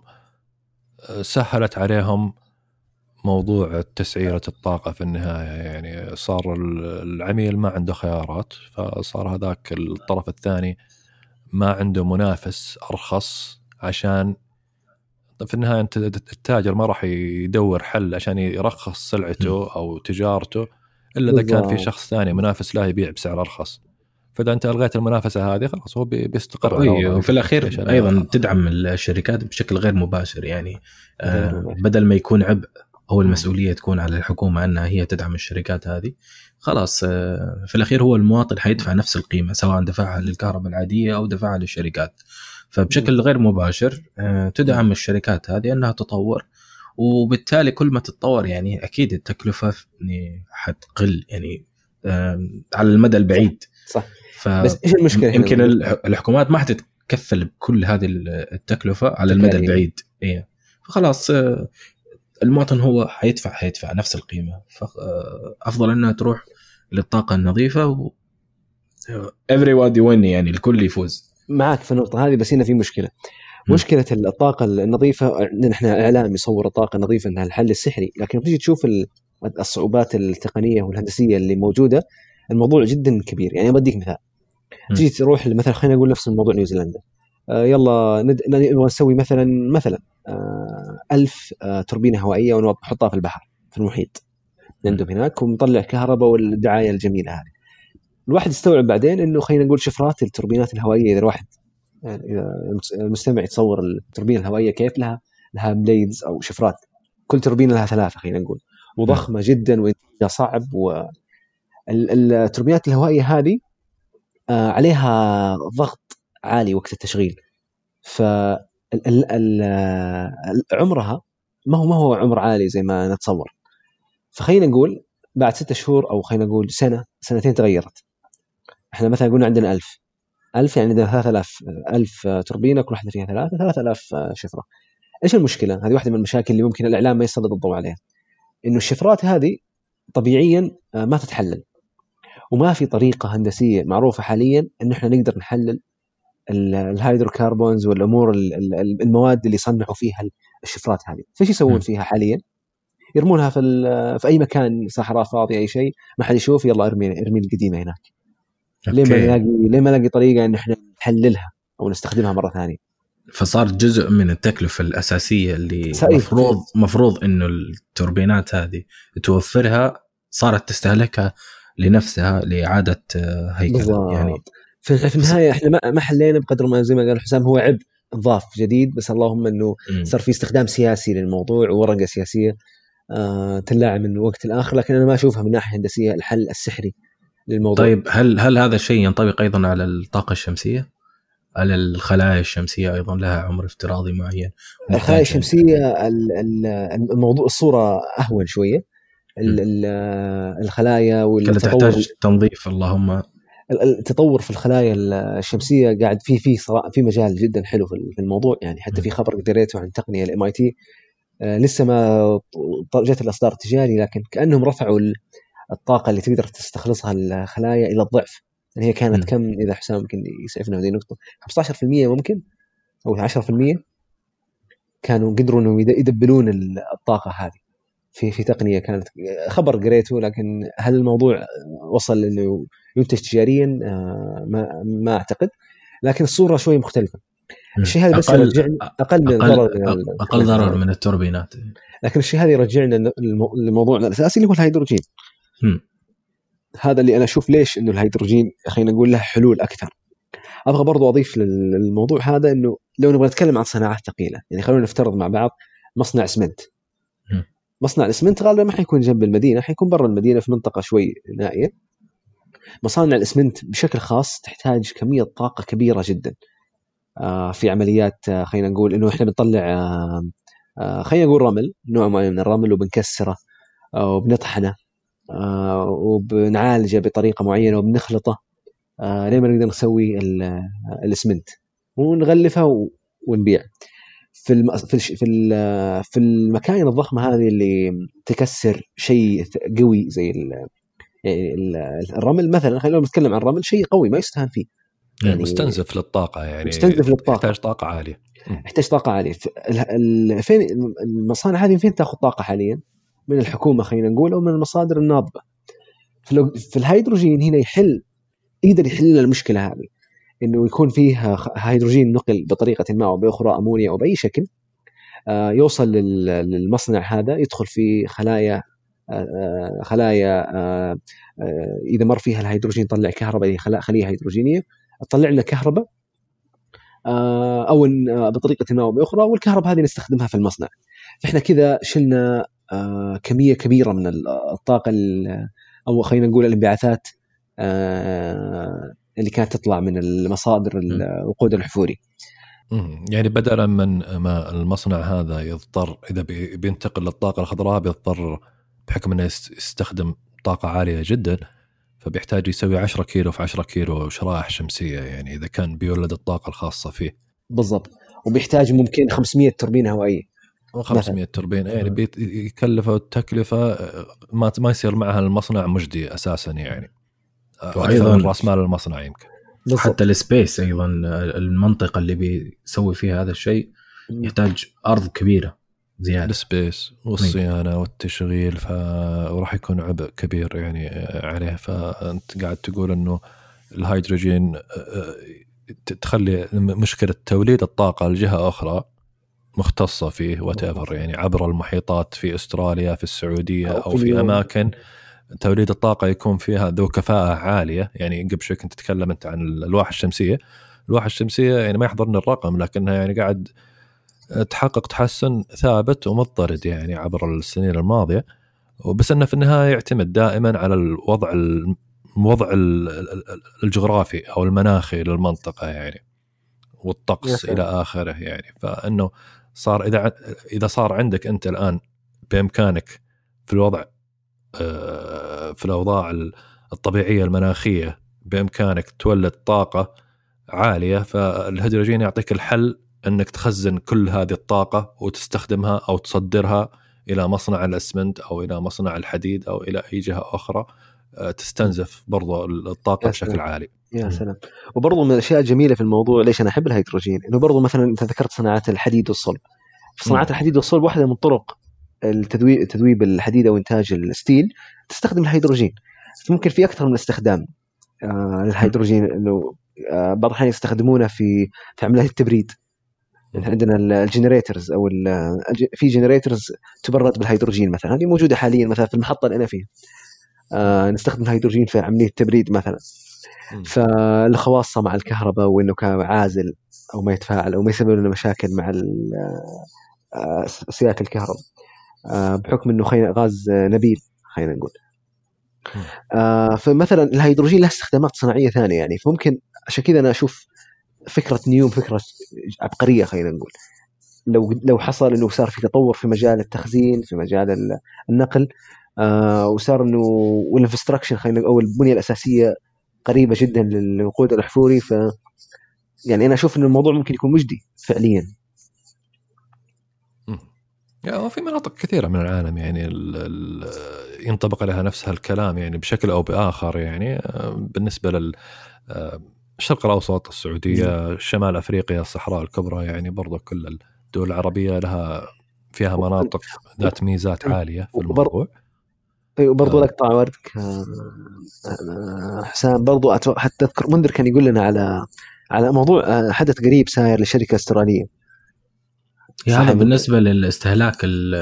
سهلت عليهم موضوع تسعيرة الطاقة في النهاية. يعني صار العميل ما عنده خيارات، فصار هذاك الطرف الثاني ما عنده منافس أرخص، عشان في النهاية أنت التاجر ما راح يدور حل عشان يرخص سلعته أو تجارته إلا إذا كان في شخص ثاني منافس لا يبيع بسعر أرخص. فإذا أنت ألغيت المنافسة هذه خلاص هو بيستقر. وفي الأخير أيضا تدعم الشركات بشكل غير مباشر، يعني آه بدل ما يكون عبء أو المسؤولية تكون على الحكومة أنها هي تدعم الشركات هذه، خلاص آه في الأخير هو المواطن حيدفع نفس القيمة سواء دفعها للكهرباء العادية أو دفعها للشركات. فبشكل غير مباشر آه تدعم الشركات هذه أنها تطور، وبالتالي كل ما تتطور يعني أكيد التكلفة يعني حتقل يعني آه على المدى البعيد. صح. بس إيش المشكلة؟ يمكن الحكومات ما حتتكفل بكل هذه التكلفة على المدى البعيد. إيه فخلاص آه المواطن هو حيدفع حيدفع نفس القيمة، فأفضل أنها تروح للطاقة النظيفة و everybody win، يعني الكل يفوز. معك في النقطة هذه، بس هنا في مشكلة. م. مشكلة الطاقة النظيفة نحن إعلام يصور الطاقة النظيفة أنها الحل السحري، لكن بتيجي تشوف الصعوبات التقنية والهندسية اللي موجودة الموضوع جدا كبير. يعني بديك مثال، تيجي تروح مثلا خلينا نقول نفس الموضوع نيوزيلندا، آه يلا ند... نسوي مثلا مثلا آه ألف آه توربينة هوائية ونحطها في البحر في المحيط عندهم هناك، ونطلع كهرباء والدعاية الجميلة هذه. الواحد يستوعب بعدين إنه خلينا نقول شفرات التوربينات الهوائية، إذا الواحد إذا المستمع يتصور التوربينة الهوائية كيف لها لها بليدز أو شفرات، كل توربينة لها ثلاثة خلينا نقول، وضخمة جدا وإنتاجها صعب. والتوربينات الهوائية هذه آه عليها ضغط عالي وقت التشغيل، فعمرها ما هو ما هو عمر عالي زي ما نتصور. فخلينا نقول بعد ستة شهور أو خلينا نقول سنة سنتين تغيرت. إحنا مثلا قلنا عندنا ألف ألف يعني عندنا ثلاثة آلاف ألف توربينة، كل واحدة فيها ثلاثة ثلاثة آلاف شفرة. إيش المشكلة؟ هذه واحدة من المشاكل اللي ممكن الإعلام ما يسلط الضوء عليها، إنه الشفرات هذه طبيعيا ما تتحلل، وما في طريقة هندسية معروفة حاليا إن إحنا نقدر نحلل الهيدروكربونز والأمور المواد اللي يصنعوا فيها الشفرات هذه. فايش يسوون فيها حاليا؟ يرمونها في في أي مكان، صحراء فاضية أي شيء ما حد يشوف، يلا ارمي ارمي القديمة هناك. ليه ما نلاقي ليه ما نلاقي طريقة إن إحنا نحللها أو نستخدمها مرة ثانية؟ فصار جزء من التكلفة الأساسية اللي مفروض مفروض إنه التوربينات هذه توفرها، صارت تستهلكها لنفسها لإعادة هيكلة. يعني في النهاية إحنا ما ما حلينا بقدر ما زي ما قال حسام هو عبء ضاف جديد، بس اللهم إنه صار في استخدام سياسي للموضوع وورقة سياسية آه تلاعب من وقت الآخر، لكن أنا ما أشوفها من ناحية هندسية الحل السحري للموضوع. طيب هل هل هذا الشيء ينطبق أيضا على الطاقة الشمسية؟ على الخلايا الشمسية أيضا لها عمر افتراضي معين؟ الخلايا الشمسية الموضوع الصورة أهون شوية، الخلايا والتطور تحتاج تنظيف. اللهم التطور في الخلايا الشمسيه قاعد في في صراحه في مجال جدا حلو في الموضوع يعني. حتى في خبر قريته عن تقنيه الام اي تي لسه ما جت الاصدار التجاري، لكن كانهم رفعوا الطاقه اللي تقدر تستخلصها الخلايا الى الضعف. يعني هي كانت م. كم اذا حسام ممكن يسعفنا هذه النقطه، خمسة عشر بالمئة ممكن او عشرة بالمئة كانوا قدروا انهم يدبلون الطاقه هذه في في تقنيه. كانت خبر قريته، لكن هل الموضوع وصل انه ينتج تجاريا؟ ما ما اعتقد، لكن الصوره شوي مختلفه. الشيء هذا بس يرجعنا اقل من ضرر اقل ضرر من التوربينات، لكن الشيء هذا يرجعنا للموضوع الاساسي اللي هو الهيدروجين. م. هذا اللي انا اشوف ليش انه الهيدروجين خلينا نقول له حلول اكثر. ابغى برضو اضيف للموضوع هذا انه لو نبغى نتكلم عن صناعات ثقيله، يعني خلونا نفترض مع بعض مصنع اسمنت. م. مصنع الاسمنت غالبا ما حيكون جنب المدينه، حيكون برا المدينه في منطقه شوي نائيه. مصانع الاسمنت بشكل خاص تحتاج كميه طاقه كبيره جدا آه في عمليات. آه خلينا نقول انه احنا بنطلع آه آه خلينا نقول رمل، نوع معين من الرمل، وبنكسره آه وبنطحنه آه وبنعالجه بطريقه معينه وبنخلطه آه لين ما نقدر نسوي الاسمنت ونغلفها ونبيع. في الم... في الش... في ال... في المكاين الضخمه هذه اللي تكسر شيء قوي زي ال... ال... الرمل مثلا. خلينا نتكلم عن الرمل، شيء قوي ما يستهان فيه، يعني مستنزف للطاقه، يعني مستنزف للطاقه، يحتاج طاقه عاليه يحتاج طاقه عاليه. ال... فين المصانع هذه فين تاخذ طاقه حاليا؟ من الحكومه خلينا نقول، او من المصادر الناطقه. في, في الهيدروجين هنا يحل يقدر يحل المشكله هذه، انه يكون فيه هيدروجين نقل بطريقه ما او باخرى، امونيا او باي شكل، آه يوصل للمصنع هذا، يدخل في خلايا آه خلايا آه آه اذا مر فيها الهيدروجين طلع كهرباء، خليه هيدروجينيه تطلع لنا كهرباء آه او بطريقه ما او باخرى، والكهرباء هذه نستخدمها في المصنع. فاحنا كذا شلنا آه كميه كبيره من الطاقه، او خلينا نقول الانبعاثات آه اللي كانت تطلع من المصادر الوقود الأحفوري. يعني بدلا من ما المصنع هذا يضطر إذا بينتقل للطاقة الخضراء بيضطر بحكم أنه يستخدم طاقة عالية جدا، فبيحتاج يسوي عشرة كيلو في عشرة كيلو شرائح شمسية، يعني إذا كان بيولد الطاقة الخاصة فيه بالضبط. وبيحتاج ممكن خمسمية توربين هوائية وخمسمية توربين، يعني بيكلفه التكلفة ما ما يصير معها المصنع مجدي أساسا، يعني أيضا رأس مال المصنع يمكن. حتى السبيس أيضا المنطقة اللي بيسوي فيها هذا الشيء يحتاج أرض كبيرة زيادة، السبيس والصيانة والتشغيل، فراح يكون عبء كبير يعني عليه. فأنت قاعد تقول إنه الهيدروجين تخلي مشكلة توليد الطاقة لجهة أخرى مختصة فيه whatever، يعني عبر المحيطات في أستراليا، في السعودية أو, أو في أماكن توليد الطاقة يكون فيها ذو كفاءة عالية. يعني قبل شوي كنت تتكلم أنت عن الألواح الشمسية. الألواح الشمسية يعني ما يحضرني الرقم، لكنها يعني قاعد تحقق تحسن ثابت ومضطرد يعني عبر السنين الماضية، وبس أنه في النهاية يعتمد دائما على الوضع الوضع الجغرافي أو المناخي للمنطقة يعني، والطقس إلى آخره يعني. فإنه صار إذا إذا صار عندك أنت الآن بإمكانك في الوضع في الأوضاع الطبيعية المناخية بإمكانك تولد طاقة عالية، فالهيدروجين يعطيك الحل أنك تخزن كل هذه الطاقة وتستخدمها أو تصدرها إلى مصنع الأسمنت أو إلى مصنع الحديد أو إلى أي جهة أخرى تستنزف برضو الطاقة بشكل عالي. يا سلام. وبرضو من الأشياء الجميلة في الموضوع ليش أنا أحب الهيدروجين، إنه برضو مثلا أنت ذكرت صناعات الحديد والصلب. في صناعات الحديد والصلب واحدة من طرق التذويب تذويب الحديد أو إنتاج الستيل تستخدم الهيدروجين. ممكن في أكثر من استخدام آه للهيدروجين، إنه آه بعض الأحيان يستخدمونه في في عمليات التبريد. عندنا الجنريترز أو في جنريترز تبرد بالهيدروجين مثلا، هذه موجودة حاليا مثلا في المحطة اللي أنا فيها. آه نستخدم الهيدروجين في عملية التبريد مثلا، فالخواصة مع الكهرباء، وإنه كعازل أو ما يتفاعل أو ما يسبب لنا مشاكل مع سياق الكهرباء بحكم إنه خي... غاز نبيل خلينا نقول. آه فمثلا الهيدروجين له استخدامات صناعية ثانية يعني. فممكن عشان كذا أنا أشوف فكرة نيوم فكرة عبقرية خلينا نقول. لو لو حصل إنه صار في تطور في مجال التخزين، في مجال النقل، آه وصار انه والانفستراكشن خلينا او البنيه الاساسيه قريبه جدا للوقود الاحفوري. ف يعني انا اشوف انه الموضوع ممكن يكون مجدي فعليا. يعني في مناطق كثيرة من العالم يعني ال ال ينطبق عليها نفس هالكلام يعني بشكل أو بآخر يعني بالنسبة للشرق الأوسط، السعودية، شمال أفريقيا، الصحراء الكبرى، يعني برضو كل الدول العربية لها فيها مناطق ذات ميزات عالية في الموضوع. وبرضو لك طبعا وردك حسام برضو حتى أذكر منذر كان يقول لنا على على موضوع حدث قريب ساير لشركة استرالية. هذا بالنسبة للاستهلاك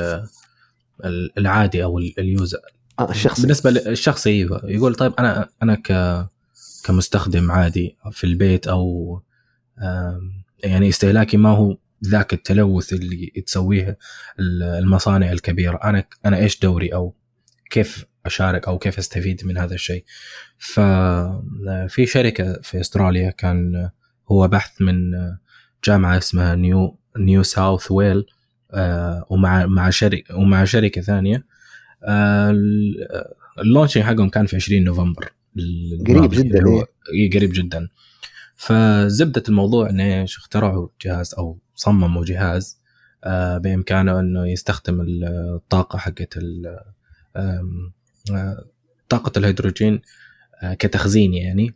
العادي أو اليوزر آه الشخصي. بالنسبة للشخصي يقول طيب أنا أنا ك كمستخدم عادي في البيت أو يعني استهلاكي ما هو ذاك التلوث اللي تسويه المصانع الكبيرة. أنا أنا إيش دوري أو كيف أشارك أو كيف أستفيد من هذا الشيء؟ ففي شركة في أستراليا كان هو بحث من جامعة اسمها نيو نيو ساوث ويل ومع مع شركة ومع شركة ثانية. اللونشينج حقهم كان في عشرين نوفمبر قريب جدا. هو قريب جدا. فزبدة الموضوع إن إيش اخترعوا جهاز أو صمموا جهاز بإمكانه إنه يستخدم الطاقة حقت طاقة الهيدروجين كتخزين. يعني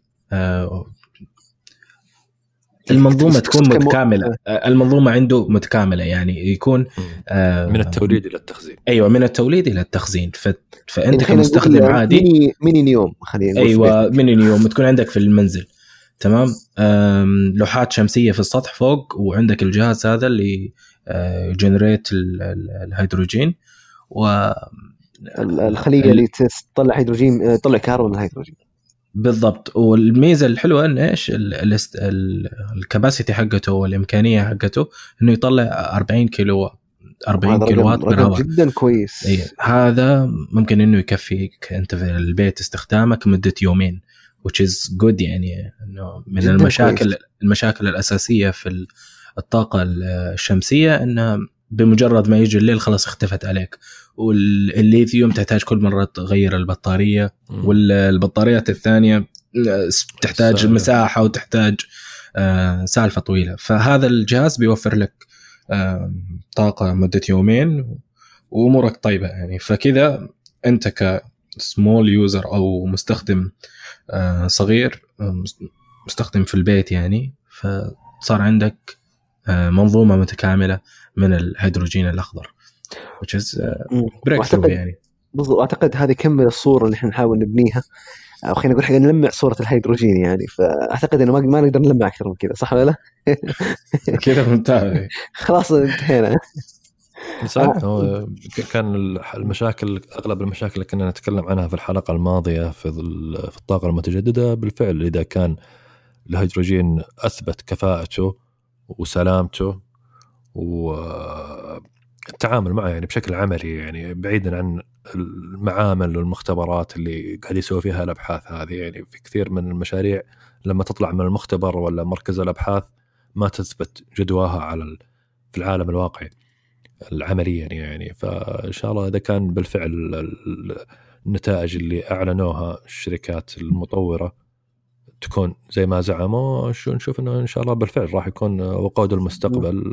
المنظومة تكون متكاملة، المنظومة عنده متكاملة يعني يكون من التوليد إلى التخزين. أيوة من التوليد إلى التخزين. ف... فأنت كمستخدم عادي ميني ميني نيوم خلينا نقول أيوة ميني نيوم تكون عندك في المنزل تمام. لوحات شمسية في السطح فوق وعندك الجهاز هذا اللي جنريت الهيدروجين و الخلية اللي تطلع هيدروجين تطلع كهرباء من الهيدروجين بالضبط. والميزة الحلوة إن إيش الكباسيتي حقته والإمكانية حقته إنه يطلع أربعين كيلو أربعين كيلووات بالهواء جدا كويس. أيه. هذا ممكن إنه يكفيك أنت في البيت استخدامك مدة يومين which is good. يعني إنه من المشاكل كويس. المشاكل الأساسية في الطاقة الشمسية إنها بمجرد ما يجي الليل خلاص اختفت عليك. والليثيوم تحتاج كل مرة تغير البطارية م. والبطاريات الثانية تحتاج سالفة. مساحة وتحتاج آه سالفة طويلة. فهذا الجهاز بيوفر لك آه طاقة مدة يومين وأمورك طيبة يعني. فكذا أنت كسمول يوزر أو مستخدم آه صغير آه مستخدم في البيت يعني فصار عندك آه منظومة متكاملة من الهيدروجين الأخضر which is breakthrough يعني. بالضبط. أعتقد هذه كمل الصورة اللي إحنا نحاول نبنيها أو خلينا نقول حاجة نلمع صورة الهيدروجين يعني. فأعتقد إنه ما ما نقدر نلمع أكثر من كذا صح ولا لا؟ كذا ممتاز. خلاص انتهينا. صح. هو كان المشاكل أغلب المشاكل اللي كنا نتكلم عنها في الحلقة الماضية في في الطاقة المتجددة بالفعل إذا كان الهيدروجين أثبت كفاءته وسلامته والتعامل معه يعني بشكل عملي يعني بعيدا عن المعامل والمختبرات اللي قاعد يسوي فيها الأبحاث هذه. يعني في كثير من المشاريع لما تطلع من المختبر ولا مركز الأبحاث ما تثبت جدواها على في العالم الواقعي العمليا يعني. فإن شاء الله إذا كان بالفعل النتائج اللي أعلنوها الشركات المطورة تكون زي ما زعموا شو نشوف إنه إن شاء الله بالفعل راح يكون وقود المستقبل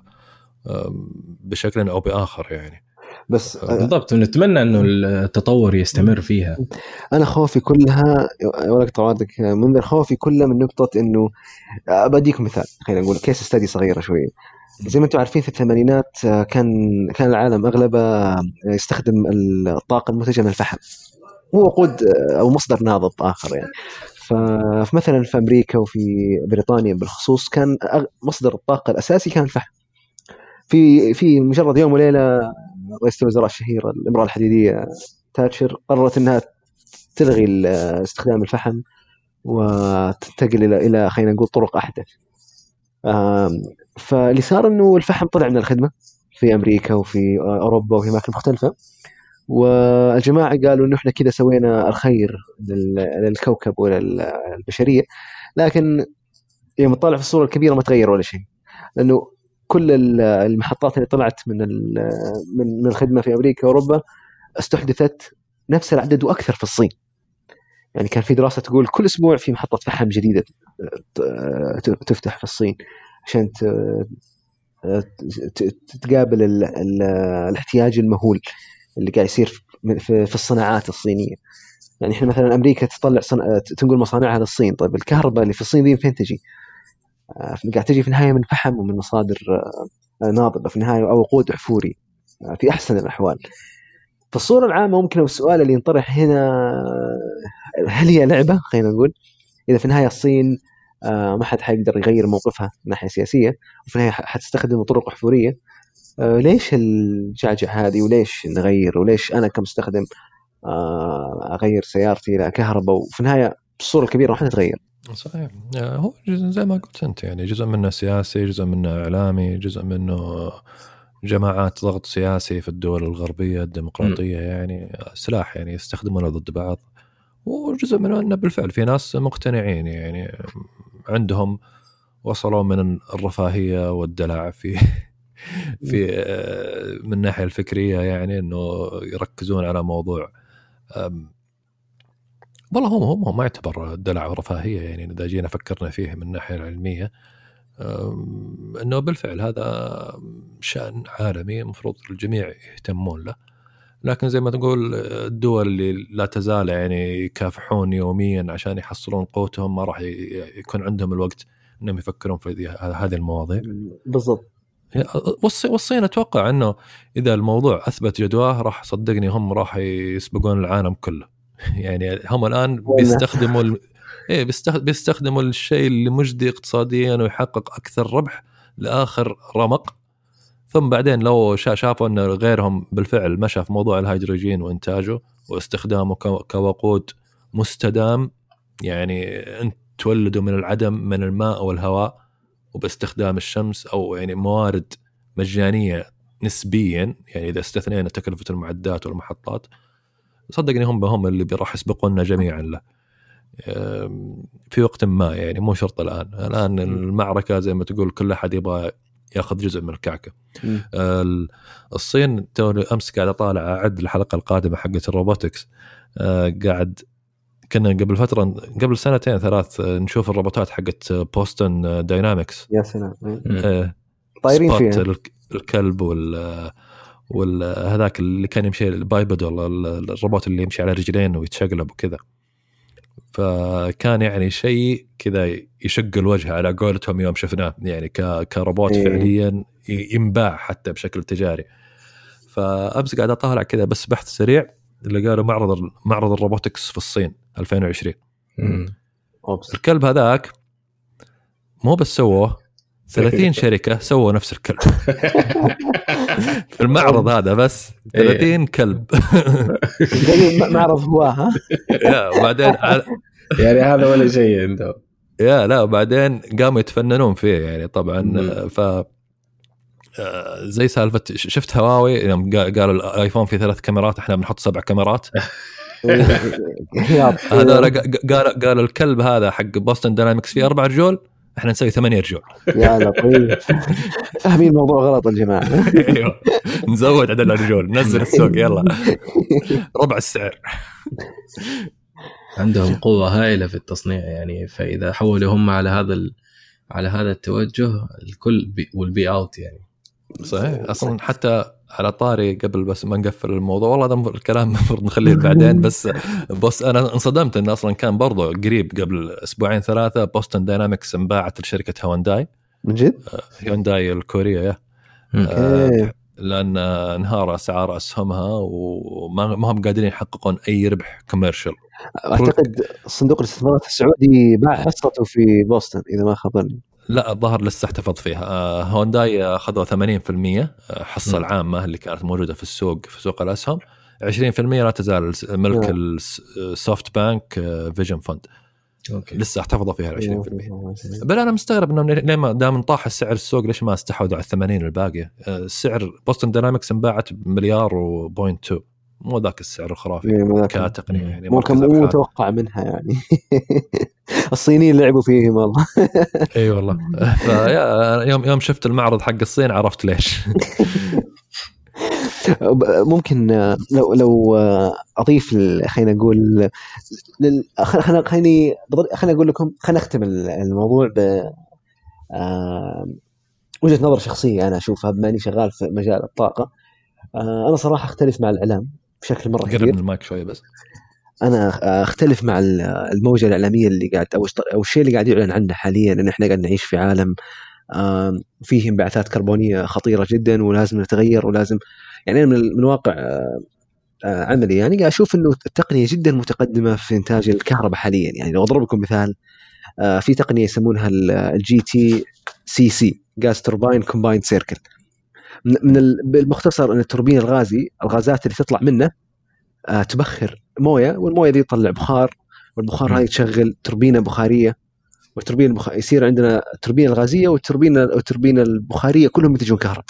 بشكل أو بآخر يعني. بس بالضبط نتمنى إنه التطور يستمر فيها. أنا خوفي كلها ولا طوادك من خوفي كله من نقطة إنه بديكم مثال خلينا نقول كيس ستادي صغيرة شوية. زي ما أنتم عارفين في الثمانينات كان كان العالم أغلبه يستخدم الطاقة المنتجة من الفحم هو وقود أو مصدر ناضب آخر يعني. فمثلا في أمريكا وفي بريطانيا بالخصوص كان مصدر الطاقة الأساسي كان الفحم. في في مجرد يوم وليلة رئيسة الوزراء الشهيرة الامرأة الحديدية تاتشر قررت أنها تلغي استخدام الفحم وتنتقل إلى إلى خلينا نقول طرق أحدث. فاللي صار إنه الفحم طلع من الخدمة في أمريكا وفي أوروبا وفي أماكن مختلفة. والجماعة قالوا إنه إحنا كذا سوينا الخير للكوكب وللبشرية. لكن يوم طلع في الصورة الكبيرة ما تغير ولا شيء لأنه كل المحطات اللي طلعت من من من الخدمة في أمريكا وأوروبا استحدثت نفس العدد وأكثر في الصين. يعني كان في دراسة تقول كل أسبوع في محطة فحم جديدة تفتح في الصين عشان تتقابل ال ال الاحتياج المهول اللي قاعد يصير في الصناعات الصينية. يعني إحنا مثلا أمريكا تطلع صنع... تنقل مصانعها للصين. طيب الكهرباء اللي في الصين دي فين تجي؟ قاعد تجي في النهاية من فحم ومن مصادر ناظرة في النهاية أو وقود أحفوري في أحسن الأحوال. في الصورة العامة ممكن السؤال اللي ينطرح هنا هل هي لعبة؟ خلينا نقول إذا في النهاية الصين ما حد حيقدر يغير موقفها من ناحية سياسية وفي النهاية حتستخدم طرق أحفورية، ليش الجعجع هذه وليش نغير وليش أنا كمستخدم أغير سيارتي إلى كهرباء وفي النهاية الصورة الكبيرة راح تتغير. صحيح. هو زي ما قلت أنت يعني جزء منه سياسي، جزء منه إعلامي، جزء منه جماعات ضغط سياسي في الدول الغربية الديمقراطية م. يعني سلاح يعني يستخدمونه ضد بعض، وجزء منه أنه بالفعل في ناس مقتنعين يعني عندهم وصلوا من الرفاهية والدلع في في من الناحية الفكرية يعني أنه يركزون على موضوع والله هم هم ما يعتبر دلع ورفاهية يعني إذا جينا فكرنا فيه من الناحية العلمية، أنه بالفعل هذا شأن عالمي مفروض الجميع يهتمون له. لكن زي ما تقول الدول اللي لا تزال يعني يكافحون يوميا عشان يحصلون قوتهم ما راح يكون عندهم الوقت أنهم يفكرون في هذه المواضيع. بالضبط. والصين أتوقع أنه إذا الموضوع أثبت جدواه راح صدقني هم راح يسبقون العالم كله. يعني هم الآن بيستخدموا ال... إيه بيستخدموا الشيء اللي مجدي اقتصاديا ويحقق أكثر ربح لآخر رمق، ثم بعدين لو شافوا أن غيرهم بالفعل مشى في موضوع الهيدروجين وإنتاجه واستخدامه كوقود مستدام، يعني أنت تولدوا من العدم من الماء والهواء وباستخدام الشمس أو يعني موارد مجانية نسبيا، يعني إذا استثنينا تكلفة المعدات والمحطات صدقني هم هم اللي راح يسبقوننا جميعا له في وقت ما، يعني مو شرط الآن. الآن المعركة زي ما تقول كل أحد يبغى ياخذ جزء من الكعكة. الصين أمس قاعد أطالع أعد الحلقة القادمة حقت الروبوتكس، قاعد كنا قبل فترة قبل سنتين ثلاث نشوف الروبوتات حقت بوستون داينامكس. يا سلام. آه طايرين فيها الكلب وال والهذاك اللي كان يمشي البايبد ولا الروبوت اللي يمشي على رجلين ويتشقلب وكذا، فكان يعني شيء كذا يشق الوجه على قولتهم يوم شفناه، يعني كروبوت إيه. فعليا ينباع حتى بشكل تجاري. فأمس قاعد أطالع كذا بس بحث سريع اللي قالوا معرض معرض الروبوتكس في الصين ألفين وعشرين. الكلب هذاك مو بس سووه ثلاثين شركة سووا نفس الكلب في المعرض هذا بس ثلاثين كلب معرض هو ها يا وبعدين يعني هذا ولا شيء عنده يا لا وبعدين قاموا يتفننون فيه يعني طبعا. ف زي سالفة شفت هواوي يوم قالوا الايفون فيه ثلاث كاميرات احنا بنحط سبع كاميرات هذا قال قال الكلب هذا حق بوستون داينامكس فيه أربع رجول احنا نسوي ثمانية رجول. يا لطيف فاهمين الموضوع غلط الجماعة. ايوه نزود عدد الرجول ننزل السوق يلا ربع السعر. عندهم قوة هائلة في التصنيع يعني، فإذا حولوا هم على هذا ال... على هذا التوجه الكل بي... والبي اوت يعني. صحيح. أصلا حتى على طاري قبل بس ما نقفل الموضوع والله هذا الكلام المفروض نخليه بعدين، بس بس أنا انصدمت إن أصلا كان برضو قريب قبل أسبوعين ثلاثة بوستون داينامكس انباعت لشركة هونداي. من جد؟ هونداي الكورية آه لأن انهار أسعار أسهمها وما ما هم قادرين يحققون أي ربح كوميرشل. أعتقد صندوق الاستثمارات السعودي باع حصته في بوسطن إذا ما خبرني. لا الظاهر لسه احتفظ فيها. هونداي أخذوا ثمانين بالمئة حصة العامة اللي كانت موجودة في السوق في سوق الأسهم، عشرين بالمئة لا تزال ملك السوفت بانك فيجن فند. أوكي. لسه احتفظوا فيها عشرين بالمئة. بل أنا مستغرب إنه لما دام طاح السعر السوق ليش ما استحوذوا على الثمانين الباقية. السعر بوستون داينامكس انباعت بمليار وبوينت تو، مو ذاك السعر الخرافي كتقنية يعني، ممكن مو متوقع منها يعني. الصينيين لعبوا فيهم والله. اي والله. فيا يوم يوم شفت المعرض حق الصين عرفت ليش. ممكن لو لو اضيف خلينا نقول خلينا خليني خلينا اقول لكم خلينا نختم الموضوع ب وجهة نظر شخصية أنا أشوفها بما أني شغال في مجال الطاقة. أنا صراحة أختلف مع الإعلام بشكل مرة كبير. قرب من المايك شوية بس. أنا أختلف مع الموجة الإعلامية اللي قاعد أو أو الشيء اللي قاعد يعلن عنه حاليا إن إحنا قاعد نعيش في عالم فيه انبعاثات كربونية خطيرة جدا ولازم نتغير ولازم يعني من من واقع عملي يعني قاعد أشوف إنه التقنية جدا متقدمة في إنتاج الكهرباء حاليا. يعني لو أضرب لكم مثال في تقنية يسمونها الجي تي سي سي غاز توربين كومبايند سيركل. من بالمختصر ان التوربين الغازي الغازات اللي تطلع منه تبخر مويه والمويه دي تطلع بخار والبخار هاي تشغل توربينه بخاريه والتوربين البخ... يصير عندنا التوربينه الغازيه والتوربينه التوربينه البخاريه كلهم ينتجون كهرباء.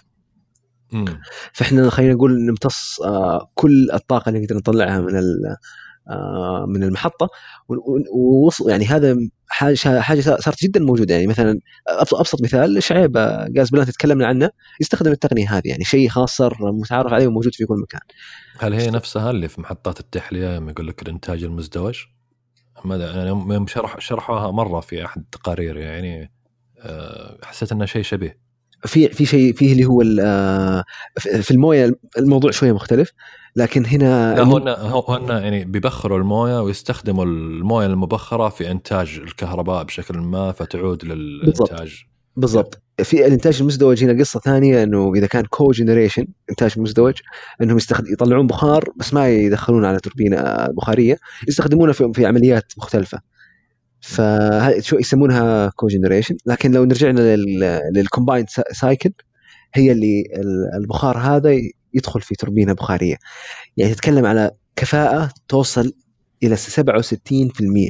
فاحنا خلينا نقول نمتص كل الطاقه اللي نقدر نطلعها من من المحطه ووصل يعني هذا حاجه حاجه صارت جدا موجوده. يعني مثلا ابسط مثال شعيب غاز بلانت تكلمنا عنه يستخدم التقنيه هذه يعني شيء خاص صار متعارف عليه وموجود في كل مكان. هل هي نفسها اللي في محطات التحليه لما يقول لك الانتاج المزدوج؟ يعني شرح شرحوها مره في احد التقارير يعني حسيت انه شيء شبيه. في في شيء فيه اللي هو في المويه الموضوع شويه مختلف لكن هنا لا هنا هنا يعني بيبخروا المويه ويستخدموا المويه المبخره في انتاج الكهرباء بشكل ما فتعود للانتاج بالضبط. في الانتاج المزدوج هنا قصه ثانيه انه اذا كان كو جنريشن انتاج مزدوج انهم يستخدم يطلعون بخار بس ما يدخلون على توربينه بخاريه يستخدمونها في, في عمليات مختلفه فشو يسمونها كو جنريشن. لكن لو نرجعنا للكومبايند سايكل هي اللي البخار هذا يدخل في توربينه بخاريه يعني تتكلم على كفاءه توصل الى سبعة وستين بالمئة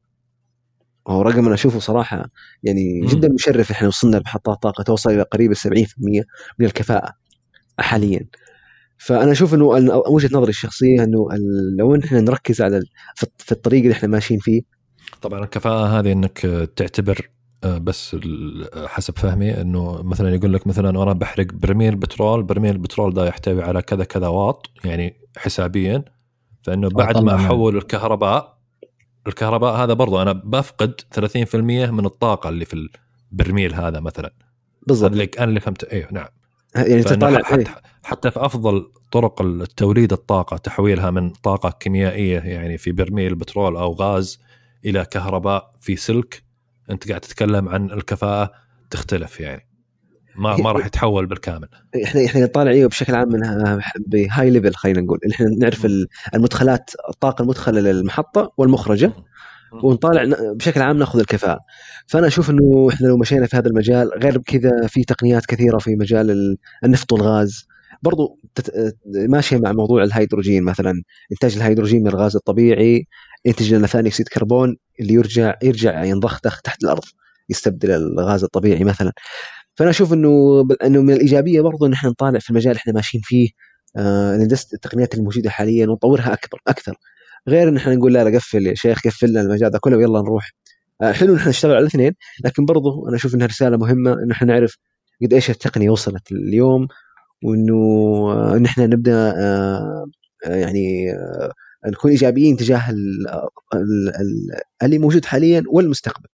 وهو رقم انا اشوفه صراحه يعني جدا مشرف. احنا وصلنا لمحطات طاقه توصل الى قريب سبعين بالمئة من الكفاءه حاليا. فانا اشوف انه وجهه نظري الشخصيه انه لو احنا نركز على في الطريق اللي احنا ماشيين فيه. طبعا الكفاءه هذه انك تعتبر بس حسب فهمي انه مثلا يقول لك مثلا انا بحرق برميل بترول برميل البترول ده يحتوي على كذا كذا واط يعني حسابيا فانه بعد ما احول الكهرباء الكهرباء هذا برضو انا بفقد ثلاثين بالمئة من الطاقه اللي في البرميل هذا مثلا. بالضبط اللي انا اللي فهمت ايه نعم يعني تطلع حتى, حتى في افضل طرق التوليد الطاقه تحويلها من طاقه كيميائيه يعني في برميل بترول او غاز الى كهرباء في سلك انت قاعد تتكلم عن الكفاءه تختلف يعني ما ما راح يتحول بالكامل. احنا احنا نطالع ايوه بشكل عام منها بهاي ليفل خلينا نقول احنا نعرف المدخلات الطاقه المدخله للمحطه والمخرجه ونطالع بشكل عام ناخذ الكفاءه. فانا اشوف انه احنا لو مشينا في هذا المجال غير كذا في تقنيات كثيره في مجال النفط والغاز برضو ماشيه مع موضوع الهيدروجين. مثلا انتاج الهيدروجين من الغاز الطبيعي ينتج لنا ثاني اكسيد كربون اللي يرجع يرجع ينضخ تحت الارض يستبدل الغاز الطبيعي مثلا. فانا اشوف انه انه من الايجابيه برضو ان احنا نطالع في المجال احنا ماشيين فيه آه ندرس التقنيات الموجوده حاليا ونطورها اكبر اكثر غير ان احنا نقول لا لا قفل يا شيخ قفل لنا المجال ده كله ويلا نروح. آه حلو ان احنا نشتغل على الاثنين لكن برضو انا اشوف انها رساله مهمه ان احنا نعرف قد ايش التقنيه وصلت اليوم وانه آه ان احنا نبدا آه يعني آه نكون ايجابيين تجاه ال ال ال اللي موجود حاليا والمستقبل.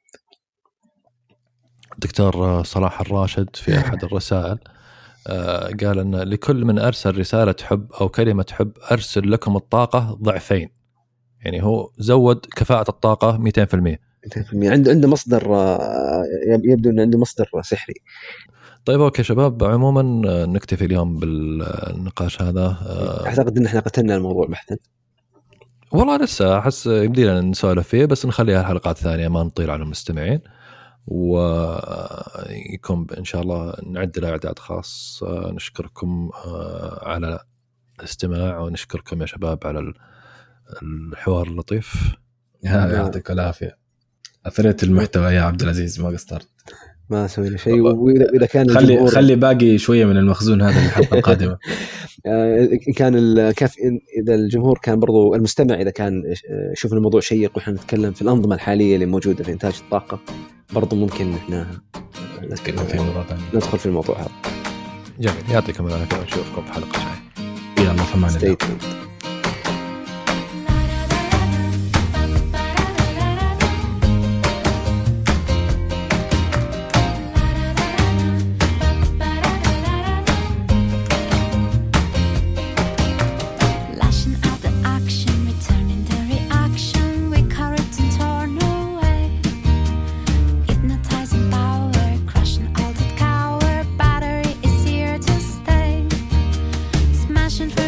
دكتور صلاح الراشد في احد الرسائل قال ان لكل من ارسل رساله حب او كلمه حب ارسل لكم الطاقه ضعفين. يعني هو زود كفاءه الطاقه مئتين بالمئة. مئتين بالمئة عنده عنده مصدر يبدو انه عنده مصدر سحري. طيب اوكي شباب عموما نكتفي اليوم بالنقاش هذا. اعتقد ان احنا قتلنا الموضوع بحثا. والله لسه احس يمدينا نسولف فيه بس نخليها حلقات ثانيه ما نطيل على المستمعين ويكون إن شاء الله نعد له إعداد خاص. نشكركم على الاستماع ونشكركم يا شباب على الحوار اللطيف. يعطيك العافية. أثرت المحتوى يا عبد العزيز ما قصرت ما سوينا شيء. وإذا كان خلي خلي باقي شوية من المخزون هذا للحلقة القادمة. إن كان الكاف إذا الجمهور كان برضو المستمع إذا كان شوف الموضوع شيق وإحنا نتكلم في الأنظمة الحالية اللي موجودة في إنتاج الطاقة برضو ممكن إحنا نتكلم في موضوع ثاني ندخل في الموضوع هذا. جميل يعطيكم العافية ونشوفكم في حلقة جاية. الله، في امان الله. For